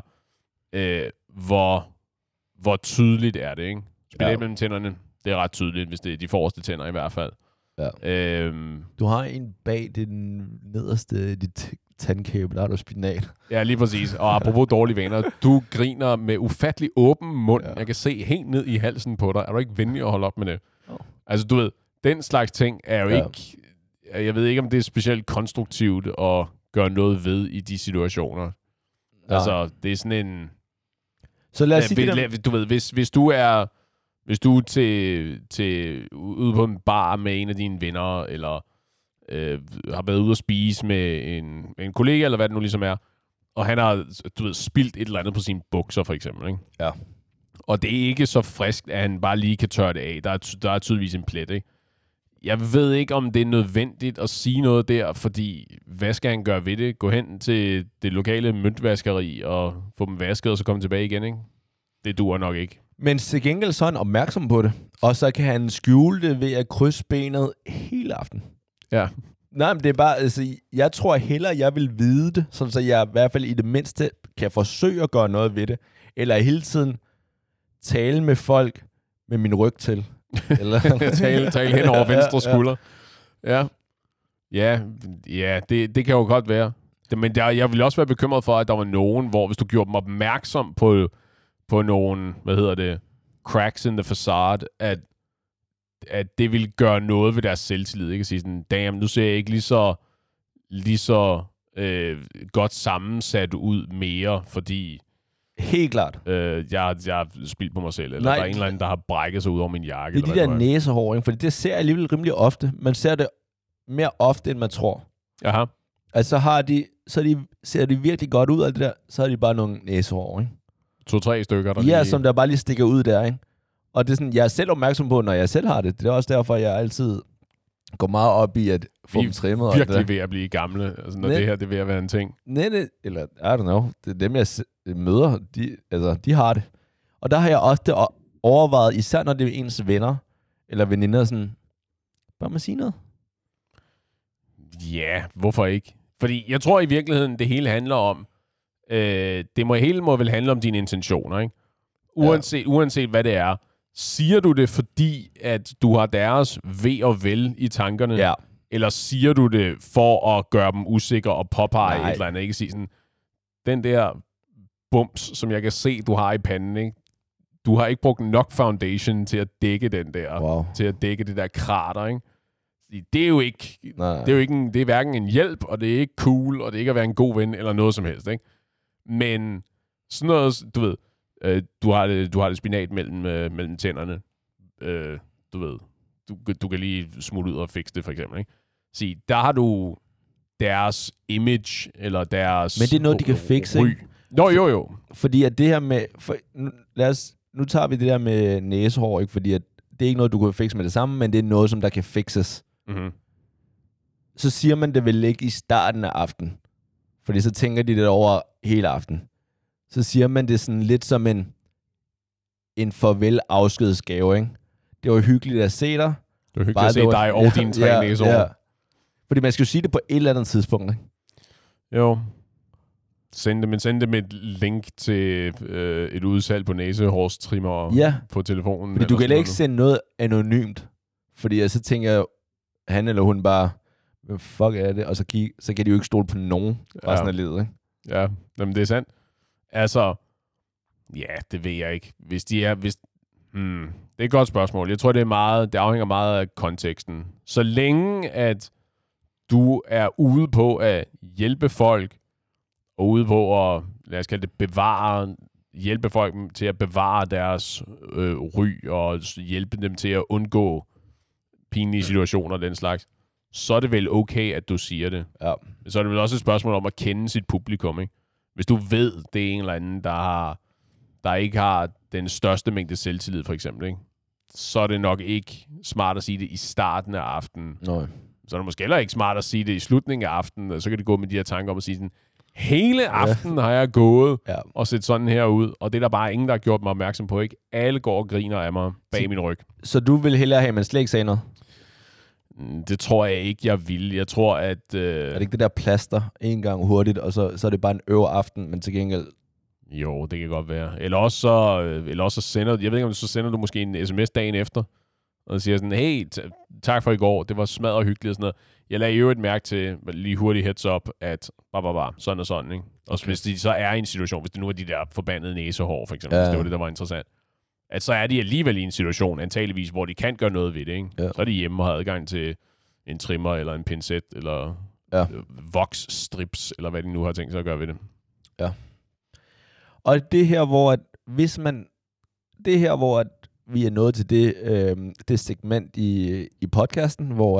hvor tydeligt er det, ikke? Spinat mellem tænderne, det er ret tydeligt, hvis det er de forreste tænder i hvert fald. Ja. Du har en bag den nederste dit tandkæbe, der har du spinat. Ja, lige præcis. Og apropos dårlige vaner, du griner med ufattelig åben mund. Ja. Jeg kan se helt ned i halsen på dig. Er du ikke venlig at holde op med det? Altså, du ved, den slags ting er jo ikke... Jeg ved ikke, om det er specielt konstruktivt at gøre noget ved i de situationer. Ja. Altså, det er sådan en... Så lad os sige... Du ved, hvis du er til ude på en bar med en af dine venner, eller har været ude at spise med en kollega, eller hvad det nu ligesom er, og han har, du ved, spildt et eller andet på sine bukser, for eksempel, ikke? Ja. Og det er ikke så friskt, at han bare lige kan tørre det af. Der er tydeligvis en plet, ikke? Jeg ved ikke, om det er nødvendigt at sige noget der, fordi hvad skal han gøre ved det? Gå hen til det lokale møntvaskeri og få dem vasket, og så komme tilbage igen, ikke? Det duer nok ikke. Men til gengæld så er han opmærksom på det, og så kan han skjule det ved at krydse benet hele aften. Ja. Nej, men det er bare, altså, jeg tror hellere, jeg vil vide det, sådan så jeg i hvert fald i det mindste kan forsøge at gøre noget ved det, eller hele tiden tale med folk med min ryg til. Eller tale hen over venstre skulder. Ja, det kan jo godt være. Men jeg ville også være bekymret for, at der var nogen, hvor hvis du gjorde dem opmærksom på nogle, cracks in the facade, at det vil gøre noget ved deres selvtillid, ikke? At sige sådan, damn, nu ser jeg ikke lige så godt sammensat ud mere, fordi helt klart. Jeg har spildt på mig selv, eller der er en eller anden, der har brækket sig ud over min jakke. Det er de der næsehår, ikke? Fordi det ser jeg alligevel rimelig ofte. Man ser det mere ofte, end man tror. Aha. Altså ser de virkelig godt ud af det der, så har de bare nogle næsehår, ikke? 2-3 stykker, der lige... som der bare lige stikker ud der, ikke? Og det er sådan, jeg er selv opmærksom på, når jeg selv har det. Det er også derfor, jeg altid går meget op i at få dem trimmet. Vi er virkelig ved at blive gamle, altså, når det her det er ved at være en ting. Eller, I don't know. Det er dem, jeg møder, de har det. Og der har jeg også overvejet, især når det er ens venner eller veninder, sådan, bør man sige noget? Ja, hvorfor ikke? Fordi jeg tror i virkeligheden, det hele handler om, hele må vel handle om dine intentioner, ikke? Uanset hvad det er. Siger du det, fordi at du har deres ve og vel i tankerne? Ja. Eller siger du det for at gøre dem usikre og påpege et eller andet? Ikke sige sådan, den der bums, som jeg kan se, du har i panden, ikke? Du har ikke brugt nok foundation til at dække den der, til at dække det der krater, ikke? Det er jo ikke, det er hverken en hjælp, og det er ikke cool, og det er ikke at være en god ven, eller noget som helst, ikke? Men sådan noget, du ved, du har det spinat mellem tænderne. Du ved, du kan lige smutte ud og fikse det, for eksempel, ikke? Så der har du deres image, eller deres... Men det er noget, de kan fikse, ikke? Jo. Fordi at det her med... Nu tager vi det der med næsehår, ikke? Fordi at det er ikke noget, du kan fikse med det samme, men det er noget, som der kan fikses. Mm-hmm. Så siger man det vel ikke i starten af aftenen. Fordi så tænker de det over hele aften. så siger man det sådan lidt som en farvel afskedsgave, ikke? Det var hyggeligt at se dig. Det var hyggeligt at se dig og dine 3 næsehår. Ja. Fordi man skal jo sige det på et eller andet tidspunkt, ikke? Jo. Send dem et link til et udsalg på næsehårstrimmer på telefonen. Fordi du kan ikke sende noget anonymt. Fordi så tænker jeg, han eller hun bare, hvad fuck er det? Og så kan de jo ikke stole på nogen resten af livet, ikke? Ja, jamen det er sandt. Altså, ja, det ved jeg ikke. Det er et godt spørgsmål. Jeg tror, det afhænger meget af konteksten. Så længe at du er ude på at hjælpe folk, og ude på at, lad os kalde det, hjælpe folk til at bevare deres ry, og hjælpe dem til at undgå pinlige situationer og den slags, så er det vel okay, at du siger det. Ja. Så er det vel også et spørgsmål om at kende sit publikum, ikke? Hvis du ved, det er en eller anden, der ikke har den største mængde selvtillid, for eksempel, ikke? Så er det nok ikke smart at sige det i starten af aftenen. Nej. Så er det måske heller ikke smart at sige det i slutningen af aftenen, og så kan det gå med de her tanker om at sige sådan, hele aftenen har jeg gået og set sådan her ud, og det er der bare ingen, der har gjort mig opmærksom på, ikke? Alle går og griner af mig bag min ryg. Så du vil hellere have, at man slet ikke sagde noget? Det tror jeg ikke, jeg vil. Jeg tror, at... Er det ikke det der plaster en gang hurtigt, og så er det bare en øver aften, men til gengæld... Jo, det kan godt være. Eller også så sender... Jeg ved ikke, om så sender du måske en sms dagen efter, og siger sådan, hey, tak for i går, det var smadret hyggeligt og sådan noget. Jeg lagde jo et mærke til, lige hurtigt heads up, at sådan og sådan, ikke? Og hvis de så er i en situation, hvis det nu er de der forbandede næsehår, for eksempel, hvis det var det, der var interessant, at så er de alligevel i en situation, antageligvis, hvor de kan gøre noget ved det, ikke? Ja. Så er de hjemme og har adgang til en trimmer, eller en pincet, eller voksstrips, eller hvad de nu har tænkt sig at gøre ved det. Ja. Og det her, hvor vi er nået til det segment i podcasten, hvor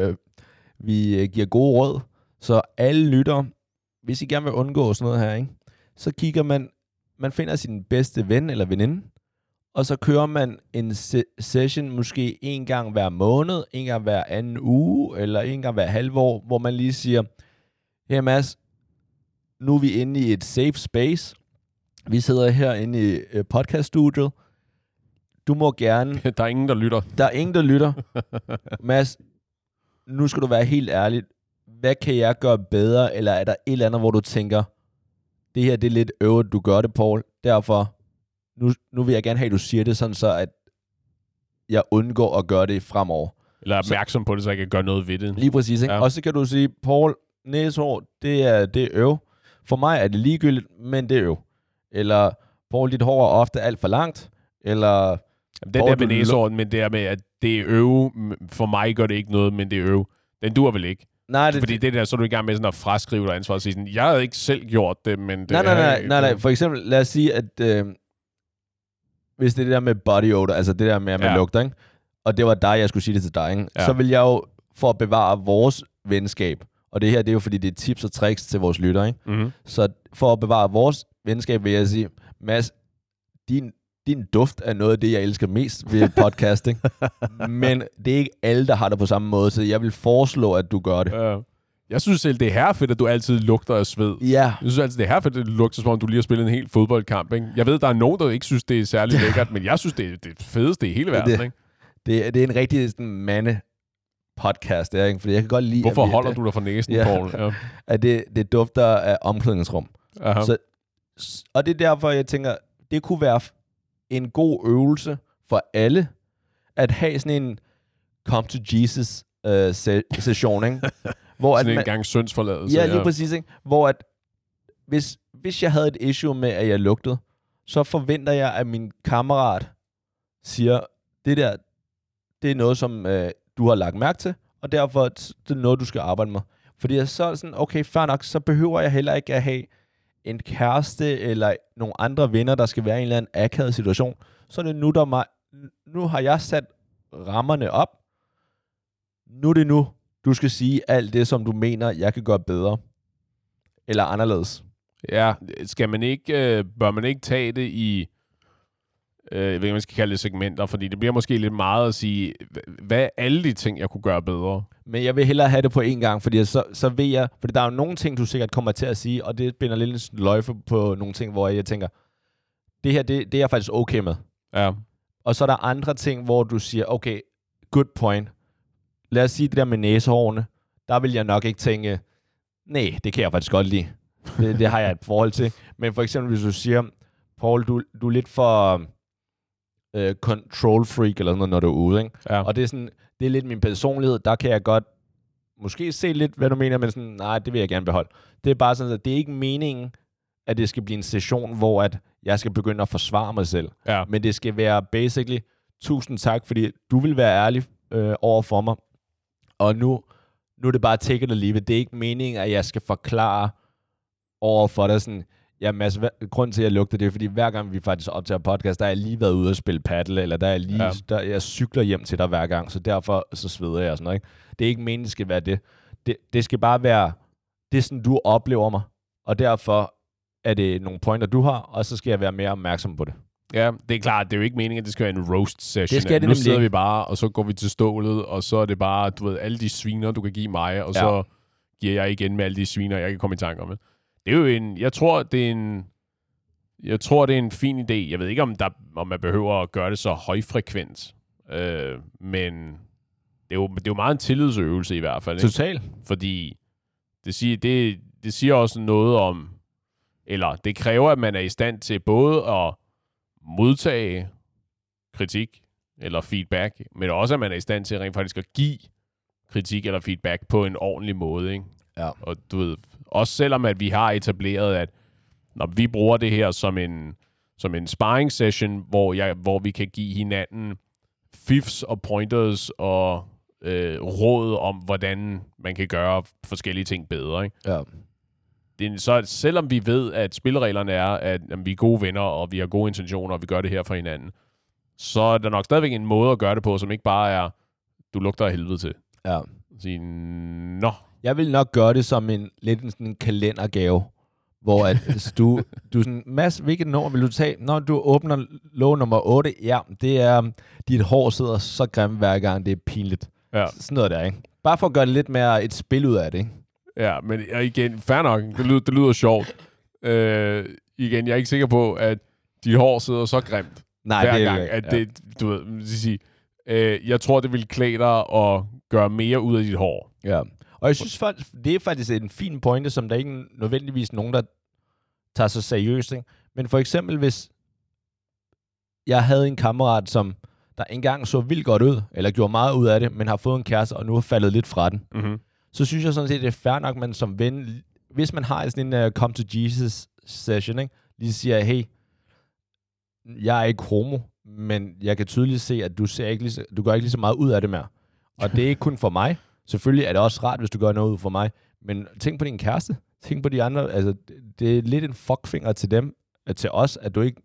vi giver gode råd, så alle lytter, hvis I gerne vil undgå sådan noget her, ikke? Så kigger man finder sin bedste ven eller veninde, og så kører man en session måske en gang hver måned, en gang hver anden uge, eller en gang hver halvår, hvor man lige siger, hey Mads, nu er vi inde i et safe space. Vi sidder herinde i podcaststudiet. Du må gerne... Der er ingen, der lytter. Der er ingen, der lytter. Mads, nu skal du være helt ærlig. Hvad kan jeg gøre bedre? Eller er der et eller andet, hvor du tænker, det her det er lidt øvet, du gør det, Paul. Derfor, nu vil jeg gerne have, at du siger det, sådan så at jeg undgår at gøre det fremover. Eller er opmærksom på det, så jeg kan gøre noget ved det. Lige præcis, ikke? Ja. Og så kan du sige, Paul, næsehår, det er øv. For mig er det ligegyldigt, men det er øv. Eller, Paul, dit hår er ofte alt for langt. Eller... Det der med næsehår, men det er med, at det er øv. For mig gør det ikke noget, men det er øv. Den duer vel ikke? Nej, fordi det der, så er du i gang med sådan at fraskrive dig ansvar og sige sådan, jeg havde ikke selv gjort det, men det Nej. For eksempel, lad os sige, at hvis det er det der med body odor, altså det der med, at man lugter, ikke? Og det var dig, jeg skulle sige det til dig, ikke? Så vil jeg jo, for at bevare vores venskab, og det her, det er jo fordi, det er tips og tricks til vores lytter, ikke? Mm-hmm. Så for at bevare vores venskab, vil jeg sige, Mads, din duft er noget af det, jeg elsker mest ved podcasting. Men det er ikke alle, der har det på samme måde, så jeg vil foreslå, at du gør det. Jeg synes selv, det er herfedt, at du altid lugter af sved. Ja. Jeg synes altid, det er herfedt, at du lugter, som om du lige har spillet en hel fodboldkamp, ikke? Jeg ved, der er nogen, der ikke synes, det er særlig lækkert, men jeg synes, det er det fedeste i hele verden, ikke? Det er en rigtig sådan, mande-podcast, ikke? Fordi jeg kan godt lide... Hvorfor holder du dig for næsen, Paul? Ja. At det dufter af omklædningsrum. Og det er derfor, jeg tænker, det kunne være en god øvelse for alle, at have sådan en come to Jesus session, ikke? Hvor sådan en gang syndsforladelse. Ja, lige præcis, ikke? Hvor at, hvis jeg havde et issue med, at jeg lugtede, så forventer jeg, at min kammerat siger, det er noget, som du har lagt mærke til, og derfor det er noget, du skal arbejde med. Fordi så er sådan, okay, fair nok, så behøver jeg heller ikke at have en kæreste eller nogle andre venner, der skal være i en eller anden akavet situation. Så er det nu har jeg sat rammerne op. Nu er det nu, du skal sige alt det, som du mener, jeg kan gøre bedre. Eller anderledes. Ja, bør man ikke tage det i jeg ved ikke, man skal kalde det segmenter, fordi det bliver måske lidt meget at sige, hvad er alle de ting, jeg kunne gøre bedre? Men jeg vil hellere have det på én gang, fordi så ved jeg, fordi der er jo nogle ting, du sikkert kommer til at sige, og det binder lidt en sløjfe på nogle ting, hvor jeg tænker, det her, det er jeg faktisk okay med. Ja. Og så er der andre ting, hvor du siger, okay, good point. Lad os sige det der med næsehårene. Der vil jeg nok ikke tænke, nej, det kan jeg faktisk godt lide. Det har jeg et forhold til. Men for eksempel, hvis du siger, Paul, du er lidt for control freak, eller sådan noget, når du er ude, ikke? Ja. Og det er lidt min personlighed. Der kan jeg godt måske se lidt, hvad du mener, men sådan, nej, det vil jeg gerne beholde. Det er bare sådan, at det er ikke meningen, at det skal blive en session, hvor at jeg skal begynde at forsvare mig selv. Ja. Men det skal være basically, tusind tak, fordi du vil være ærlig over for mig. Og nu er det bare take it or leave it. Det er ikke meningen, at jeg skal forklare over for dig sådan, ja, Mads, grund til, at jeg lugter, det er, fordi hver gang vi faktisk optager podcast, der har jeg lige været ude og spille paddle, eller jeg cykler hjem til dig hver gang, så derfor så sveder jeg og sådan noget, ikke? Det er ikke meningen, det skal være det. Det skal bare være, det er sådan, du oplever mig, og derfor er det nogle pointer, du har, og så skal jeg være mere opmærksom på det. Ja, det er klart, det er jo ikke meningen, at det skal være en roast session. Det skal det nu sidder ikke. vi bare, og så går vi til stålet, og så er det bare, du ved, alle de sviner, du kan give mig, og så giver jeg igen med alle de sviner, jeg kan komme i tanker med. Det er jo jeg tror, det er en fin idé. Jeg ved ikke, om man behøver at gøre det så højfrekvent, men det er jo meget en tillidsøvelse i hvert fald. Ikke? Total. Fordi det siger også noget om, eller det kræver, at man er i stand til både at modtage kritik eller feedback, men også, at man er i stand til rent faktisk at give kritik eller feedback på en ordentlig måde. Ikke? Ja. Og du ved, også selvom at vi har etableret, at når vi bruger det her som en sparring session, hvor vi kan give hinanden fifs og pointers og råd om, hvordan man kan gøre forskellige ting bedre. Ikke? Ja. Så selvom vi ved, at spillereglerne er, at vi er gode venner, og vi har gode intentioner, og vi gør det her for hinanden, så er der nok stadigvæk en måde at gøre det på, som ikke bare er, du lugter af helvede til. Ja. Sige, nå. Jeg vil nok gøre det som lidt en kalendergave, hvor at, du sådan, Mads, hvilket nummer vil du tage? Når du åbner låg nummer 8, ja, det er, dit hår sidder så grimt hver gang, det er pinligt. Ja. Sådan noget der, ikke? Bare for at gøre det lidt mere et spil ud af det, ikke? Ja, men igen, fair nok, det lyder sjovt. Igen, jeg er ikke sikker på, at dit hår sidder så grimt hver gang, at det, du ved, jeg tror, det vil klæde dig at gøre mere ud af dit hår. Ja. Og jeg synes faktisk, det er faktisk en fin pointe, som der ikke nødvendigvis nogen, der tager sig seriøst, ikke? Men for eksempel, hvis jeg havde en kammerat, som der engang så vildt godt ud, eller gjorde meget ud af det, men har fået en kæreste, og nu har faldet lidt fra den, så synes jeg sådan set, det er fair nok, man som ven, hvis man har sådan en come to Jesus session, ikke? Lige siger, hey, jeg er ikke homo, men jeg kan tydeligt se, at du gør ikke lige så meget ud af det mere. Og det er ikke kun for mig. Selvfølgelig er det også rart, hvis du gør noget ud for mig. Men tænk på din kæreste. Tænk på de andre. Altså, det er lidt en fuckfinger til dem, til os, at du ikke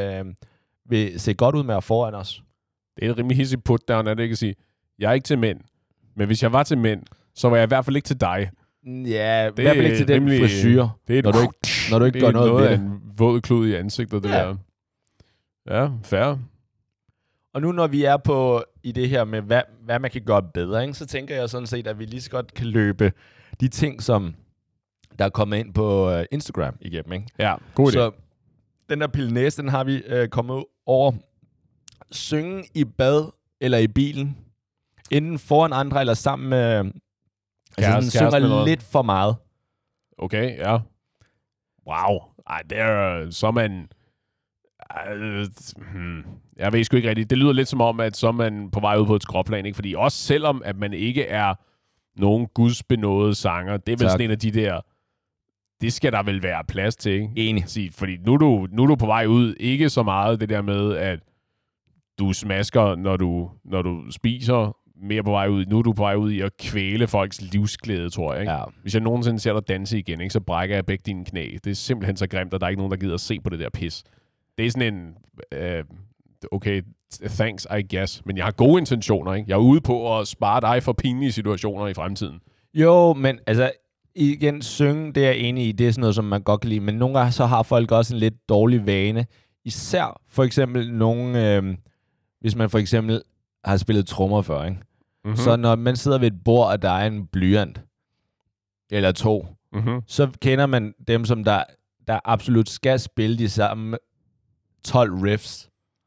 vil se godt ud med at foran os. Det er et rimelig hissigt put-down, er det ikke at sige, jeg er ikke til mænd. Men hvis jeg var til mænd, så var jeg i hvert fald ikke til dig. Ja, i hvert fald ikke til den frisyr, når du ikke gør noget ved det. En våd klud i ansigtet, det der. Ja, fair. Og nu når vi er i det her med, hvad man kan gøre bedre, ikke, så tænker jeg sådan set, at vi lige så godt kan løbe de ting, som der er kommet ind på Instagram igennem. Ikke? Ja, god idé. Så den der pilnæs, den har vi kommet over. Synge i bad eller i bilen, enten foran andre eller sammen med... Altså, den synger lidt for meget. Okay, ja. Wow. Ej, det er så man... Jeg ved sgu ikke rigtigt. Det lyder lidt som om, at så er man på vej ud på et skråplan, ikke? Fordi også selvom, at man ikke er nogen gudsbenåede sanger, det er vel sådan en af de der... Det skal der vel være plads til, ikke? Enig. Fordi nu er du på vej ud, ikke så meget det der med, at du smasker, når du spiser, mere på vej ud. Nu er du på vej ud i at kvæle folks livsglæde, tror jeg. Ikke? Ja. Hvis jeg nogensinde ser dig danse igen, ikke, så brækker jeg begge dine knæ. Det er simpelthen så grimt, at der er ikke nogen, der gider at se på det der pis. Det er sådan en... okay, thanks, I guess. Men jeg har gode intentioner, ikke? Jeg er ude på at spare dig for pinlige situationer i fremtiden. Jo, men altså... Igen, synge, det er jeg enig i. Det er sådan noget, som man godt kan lide. Men nogle gange så har folk også en lidt dårlig vane især for eksempel nogle, hvis man for eksempel har spillet trommer før, ikke? Mm-hmm. Så når man sidder ved et bord, og der er en blyant, eller 2, så kender man dem, som der absolut skal spille de samme 12 riffs.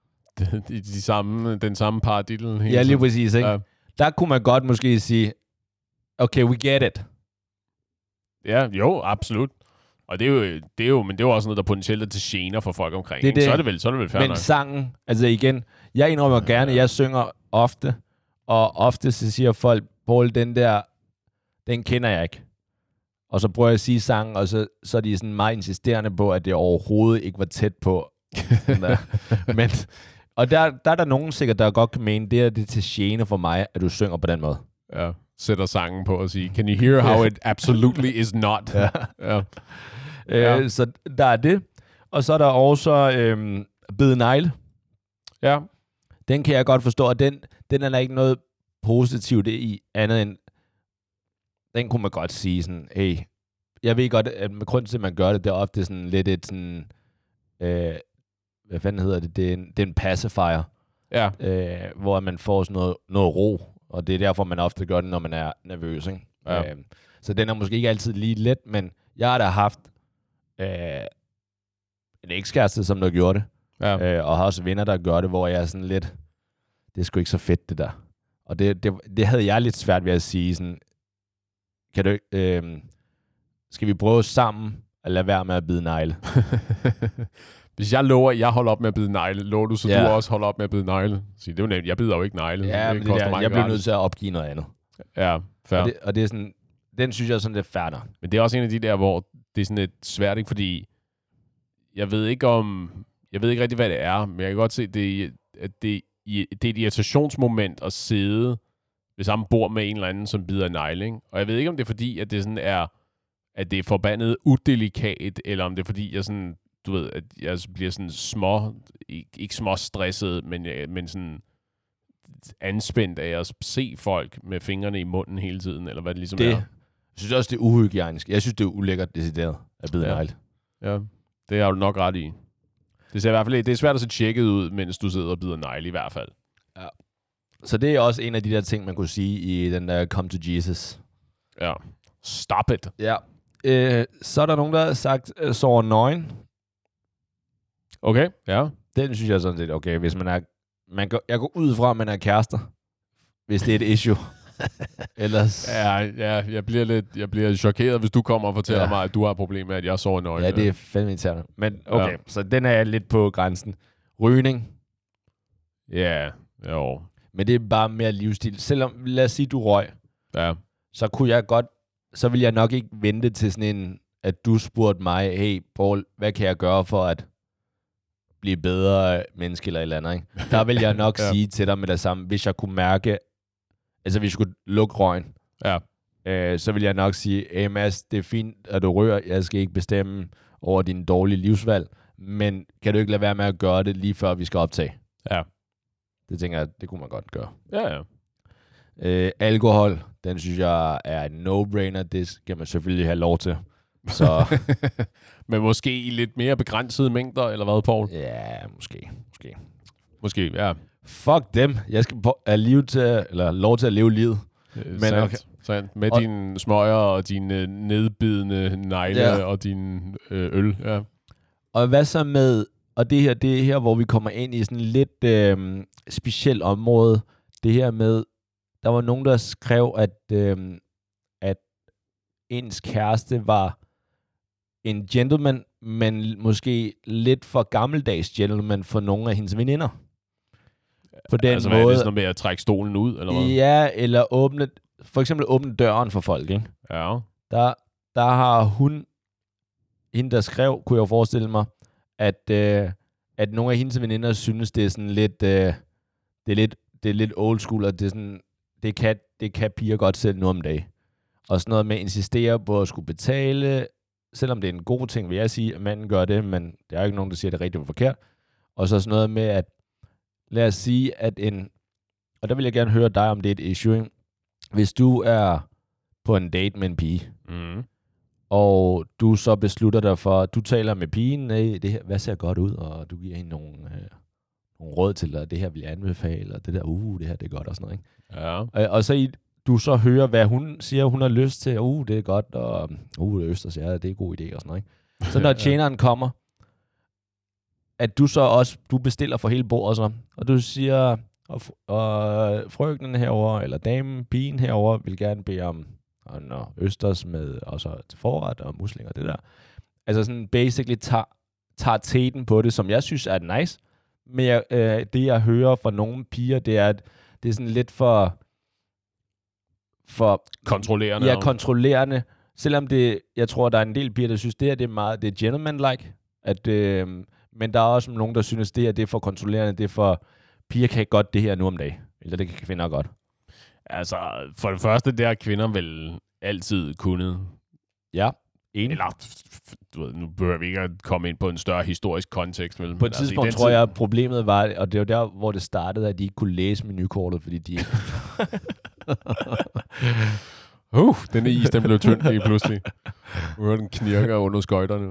Den samme paradiddle. Ja, lige præcis, ikke? Ja. Der kunne man godt måske sige, okay, we get it. Ja, jo, absolut. Og det er jo, men det er jo også noget, der potentielt er til gener for folk omkring. Det. Så er det vel fair men nok. Sangen, altså igen, jeg indrømmer gerne, jeg synger ofte, og ofte så siger folk, Paul, den kender jeg ikke. Og så prøver jeg at sige sangen, og så er de sådan meget insisterende på, at det overhovedet ikke var tæt på. Men, og der er der nogen sikkert, der godt kan mene, det er til gene for mig, at du synger på den måde. Ja, sætter sangen på og siger, can you hear how it absolutely is not? Ja. Så der er det. Og så er der også Bide Negle. Ja. Den kan jeg godt forstå, og den er der ikke noget positivt i, andet end, den kunne man godt sige sådan, hey, jeg ved godt, at med grund til, at man gør det, det er ofte sådan lidt et sådan, hvad fanden hedder det? Det er en pacifier, hvor man får sådan noget ro, og det er derfor, man ofte gør det, når man er nervøs, ikke? Ja. Så den er måske ikke altid lige let, men jeg har da haft en ekskæreste, som der gjorde det, og har også venner, der gør det, hvor jeg er sådan lidt, det er sgu ikke så fedt, det der. Og det havde jeg lidt svært ved at sige, sådan, kan du skal vi prøve sammen at lade være med at bide negle? Hvis jeg lover, at jeg holder op med at bide negle, lover du, så du også holder op med at bide negle? Så det er jo nemt. Jeg bider jo ikke negle. Ja, det men jeg bliver nødt til at opgive noget andet. Ja, fair. Og det er sådan, den synes jeg er sådan lidt færdig. Men det er også en af de der, hvor det er sådan lidt svært, ikke? Fordi jeg ved ikke rigtig, hvad det er, men jeg kan godt se, at det er et irritationsmoment at sidde ved samme bord med en eller anden, som bider negle, ikke? Og jeg ved ikke, om det er fordi, at det sådan er, at det er forbandet udelikat, eller om det er fordi, jeg sådan, du ved, at jeg bliver sådan ikke små stresset, men sådan anspændt af at se folk med fingrene i munden hele tiden, eller hvad det ligesom er. Jeg synes også, det er uhygienisk. Jeg synes, det er ulækkert decideret at bide negle. Ja, det har du nok ret i. Det ser i hvert fald, det er svært at se tjekket ud, mens du sidder og bider negle i hvert fald. Ja. Så det er også en af de der ting, man kunne sige i den der Come to Jesus. Ja. Stop it. Ja. Så er der nogen, der har sagt, sover nøgen. Okay, ja. Den synes jeg sådan lidt, okay, hvis man er... jeg går ud fra, at man er kærester, hvis det er et issue. Ellers... Ja, jeg bliver chokeret, hvis du kommer og fortæller mig, at du har et problem med, at jeg sover nøgen. Ja, det er fandme irriterende. Men okay, så den er lidt på grænsen. Rygning. Ja, jo. Men det er bare mere livsstil. Selvom, lad os sige, du røg, så kunne jeg godt, så vil jeg nok ikke vente til sådan en, at du spurgte mig, hey Paul, hvad kan jeg gøre for at blive bedre menneske eller et eller andet, ikke? Der vil jeg nok sige til dig med det samme, hvis jeg kunne mærke, altså hvis jeg kunne lukke røgen, så vil jeg nok sige, hey Mads, det er fint, at du rører, jeg skal ikke bestemme over din dårlige livsvalg, men kan du ikke lade være med at gøre det lige før vi skal optage? Ja. Det tænker jeg, det kunne man godt gøre. Ja. Alkohol, den synes jeg er en no-brainer. Det skal man selvfølgelig have lov til. Så men måske i lidt mere begrænsede mængder, eller hvad, Paul? Ja, måske, ja. Fuck dem. Jeg skal have lov til at leve livet. Men sandt. Med dine smøger og dine nedbidende negle og din øl. Ja. Og hvad så med... Og det er her, hvor vi kommer ind i sådan lidt specielt område. Det her med, der var nogen, der skrev, at ens kæreste var en gentleman, men måske lidt for gammeldags gentleman for nogle af hendes veninder. På den altså, måde, hvad er det sådan med at trække stolen ud, eller hvad? Ja, eller for eksempel åbne døren for folk, ikke? Ja. Der har hende der skrev, kunne jeg jo forestille mig, at nogle af hendes veninder synes, det er sådan lidt, det er lidt old school, og det er sådan, det kan piger godt selv nu om dagen. Og sådan noget med at insistere på at skulle betale, selvom det er en god ting, vil jeg sige, at manden gør det, men der er jo ikke nogen, der siger, det er rigtigt og forkert. Og så sådan noget med, at lad os sige, at og der vil jeg gerne høre dig, om det er et issue, ikke? Hvis du er på en date med en pige, og du så beslutter dig for, du taler med pigen, det her, hvad ser godt ud, og du giver hende nogle råd til, at det her vil jeg anbefale, og det der, det her det er godt, og sådan noget, ikke? Ja. Og så du så hører, hvad hun siger, hun har lyst til, det er godt, og østers, ja, det er en god idé, og sådan noget, ikke? Så når tjeneren kommer, at du så også, du bestiller for hele bordet, så, og du siger, og frøkenen herover eller damen, pigen herover vil gerne bede om østers med, og så til forret og muslinger, det der. Altså sådan basically tager teten på det, som jeg synes er nice. Men det jeg hører fra nogle piger, det er, at det er sådan lidt for kontrollerende. Ja, kontrollerende. Selvom jeg tror, der er en del piger, der synes, det er meget, det er gentleman-like. Men der er også nogen, der synes, det er for kontrollerende, det er for, piger kan ikke godt det her nu om dagen. Eller det kan kvinder godt. Altså, for det første, det har kvinder vel altid kunnet. Ja, enig. Eller, du ved, nu behøver vi ikke at komme ind på en større historisk kontekst. Vel? På et tidspunkt tror jeg, at problemet var, og det var der, hvor det startede, at de ikke kunne læse menukortet, fordi de ikke... den is, den blev tynd lige pludselig. Nu den knirker under skøjterne.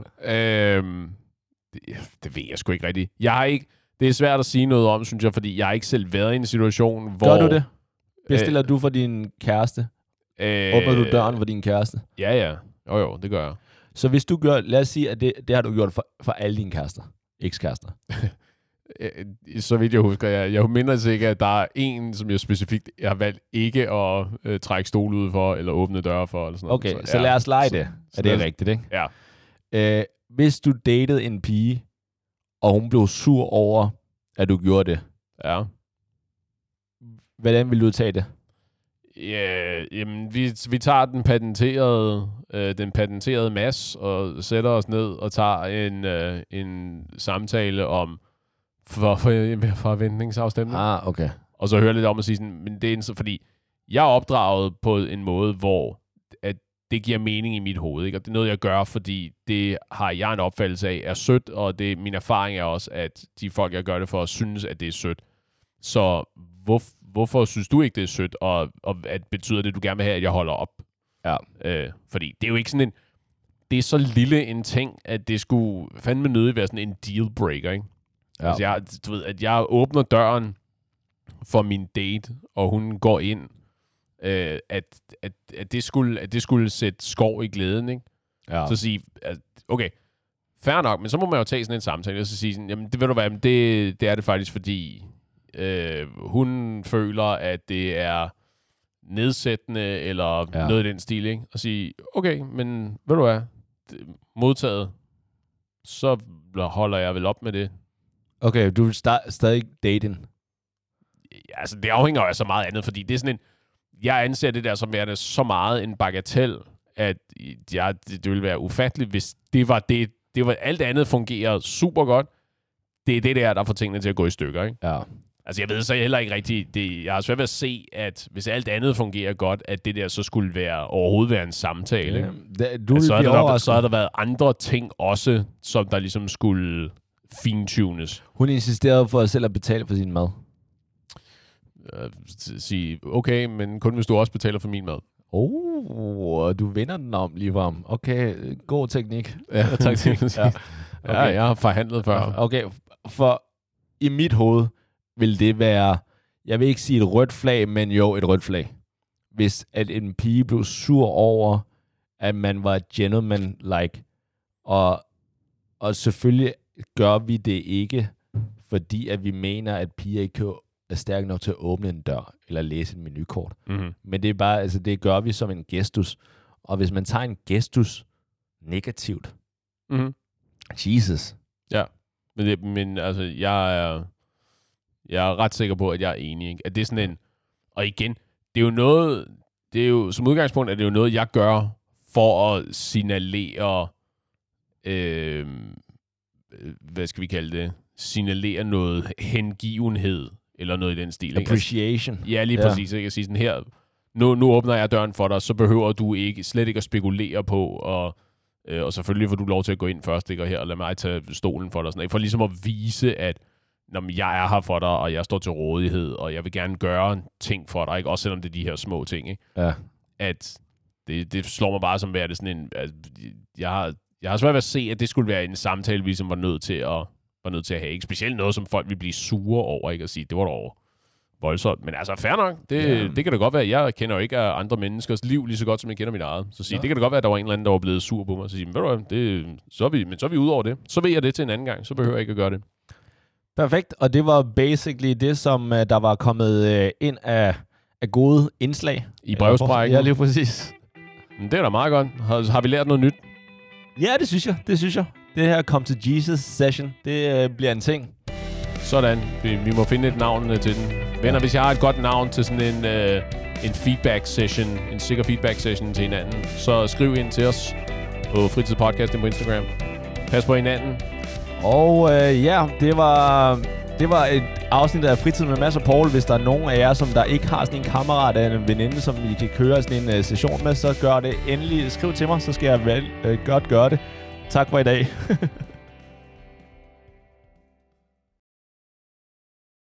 Det ved jeg sgu ikke rigtigt. Det er svært at sige noget om, synes jeg, fordi jeg har ikke selv været i en situation, hvor... Gør du det? Bestiller du for din kæreste? Åbner du døren for din kæreste? Ja. Jo, det gør jeg. Så hvis du gør... Lad os sige, at det har du gjort for alle dine kærester. Ekskærester. Så vidt jeg husker, jeg minder sikkert, at der er en, som jeg specifikt har valgt ikke at trække stol ud for, eller åbne døre for, eller sådan noget. Okay, så lad os lege det. Er det rigtigt, ikke? Ja. Hvis du datede en pige, og hun blev sur over, at du gjorde det. Ja. Hvordan vil du tage det? Ja, jamen, vi tager den patenterede mas, og sætter os ned og tager en samtale om forventningsafstemning. Okay. Og så hører lidt om at sige sådan, men det er fordi jeg er opdraget på en måde, hvor at det giver mening i mit hoved, ikke? Og det er noget, jeg gør, fordi det har jeg en opfattelse af er sødt, og min erfaring er også, at de folk, jeg gør det for, synes, at det er sødt. Så hvorfor synes du ikke, det er sødt, og at betyder det, du gerne vil have, at jeg holder op? Ja. Fordi det er jo ikke sådan det er så lille en ting, at det skulle fandme nødig være sådan en dealbreaker, ikke? Ja. Altså, du ved, at jeg åbner døren for min date, og hun går ind, at det skulle sætte skov i glæden, ikke? Ja. Så sige, okay, fair nok, men så må man jo tage sådan en samtale, og så sige sådan, jamen, det ved du hvad, det er det faktisk, fordi hun føler, at det er nedsættende, eller noget i den stil, ikke? Og sige, okay, men ved du hvad, modtaget, så holder jeg vel op med det. Okay, du vil stadig daten? Ja, altså, det afhænger jo af så meget andet, fordi det er sådan jeg anser det der som værende så meget en bagatel, at det ville være ufatteligt, hvis det var alt andet fungerer super godt. Det er det der får tingene til at gå i stykker, ikke? Ja. Altså, jeg ved så heller ikke rigtigt, jeg har svært ved at se, at hvis alt andet fungerer godt, at det der så skulle overhovedet være en samtale. Ja, så har der været andre ting også, som der ligesom skulle fintunes. Hun insisterede for selv at betale for sin mad. Sige, okay, men kun hvis du også betaler for min mad. Du vinder den om lige om. Okay, god teknik. Ja, taktik. Ja. Okay. Ja, jeg har forhandlet før. Okay, for i mit hoved vil det være, jeg vil ikke sige et rødt flag, men jo et rødt flag. Hvis at en pige blev sur over, at man var gentleman-like. Og selvfølgelig gør vi det ikke, fordi at vi mener, at piger ikke er stærke nok til at åbne en dør, eller læse et menukort. Mm-hmm. Men det er bare, altså det gør vi som en gestus. Og hvis man tager en gestus negativt, Jesus. Ja, men altså, jeg er ret sikker på, at jeg er enig, ikke? At det er sådan en, og igen, det er jo som udgangspunkt, at det er jo noget, jeg gør for at signalere, hvad skal vi kalde det? Signalere noget hengivenhed, eller noget i den stil. Appreciation. Ikke? Ja, lige præcis. Ikke? At sige sådan her, nu åbner jeg døren for dig, så behøver du slet ikke at spekulere på, og selvfølgelig får du lov til at gå ind først, ikke? Og her, og lad mig tage stolen for dig. Sådan, ikke? For ligesom at vise, at jeg er her for dig, og jeg står til rådighed, og jeg vil gerne gøre ting for dig, ikke? Også selvom det er de her små ting. Ikke? Ja. At Det slår mig bare som værende sådan en... Jeg har svært ved at se, at det skulle være en samtale, vi som var nødt til at have. Ikke specielt noget, som folk vil blive sure over, ikke? At sige, det var dog voldsomt. Men altså, fair nok. Det kan da godt være. Jeg kender jo ikke andre menneskers liv lige så godt, som jeg kender mit eget. Så sige, det kan da godt være, at der var en eller anden, der var blevet sur på mig. Så sige, ved du hvad, så er vi ude over det. Så ved jeg det til en anden gang. Så behøver jeg ikke at gøre det. Perfekt. Og det var basically det, som der var kommet ind af gode indslag. I brevsprækken. Ja, lige præcis. Men det er da meget godt. Har vi lært noget nyt? Ja, det synes jeg. Det her Come to Jesus session, det bliver en ting. Sådan. Vi må finde et navn til den. Venner, hvis jeg har et godt navn til sådan en feedback session, en sikker feedback session til hinanden, så skriv ind til os på Fritidspodcast på Instagram. Pas på hinanden. Og det var et afsnit af Fritid med Mads og Paul. Hvis der er nogen af jer, som der ikke har sådan en kammerat eller en veninde, som I kan køre sådan en session med, så gør det endelig. Skriv til mig, så skal jeg godt gøre det. Tak for i dag.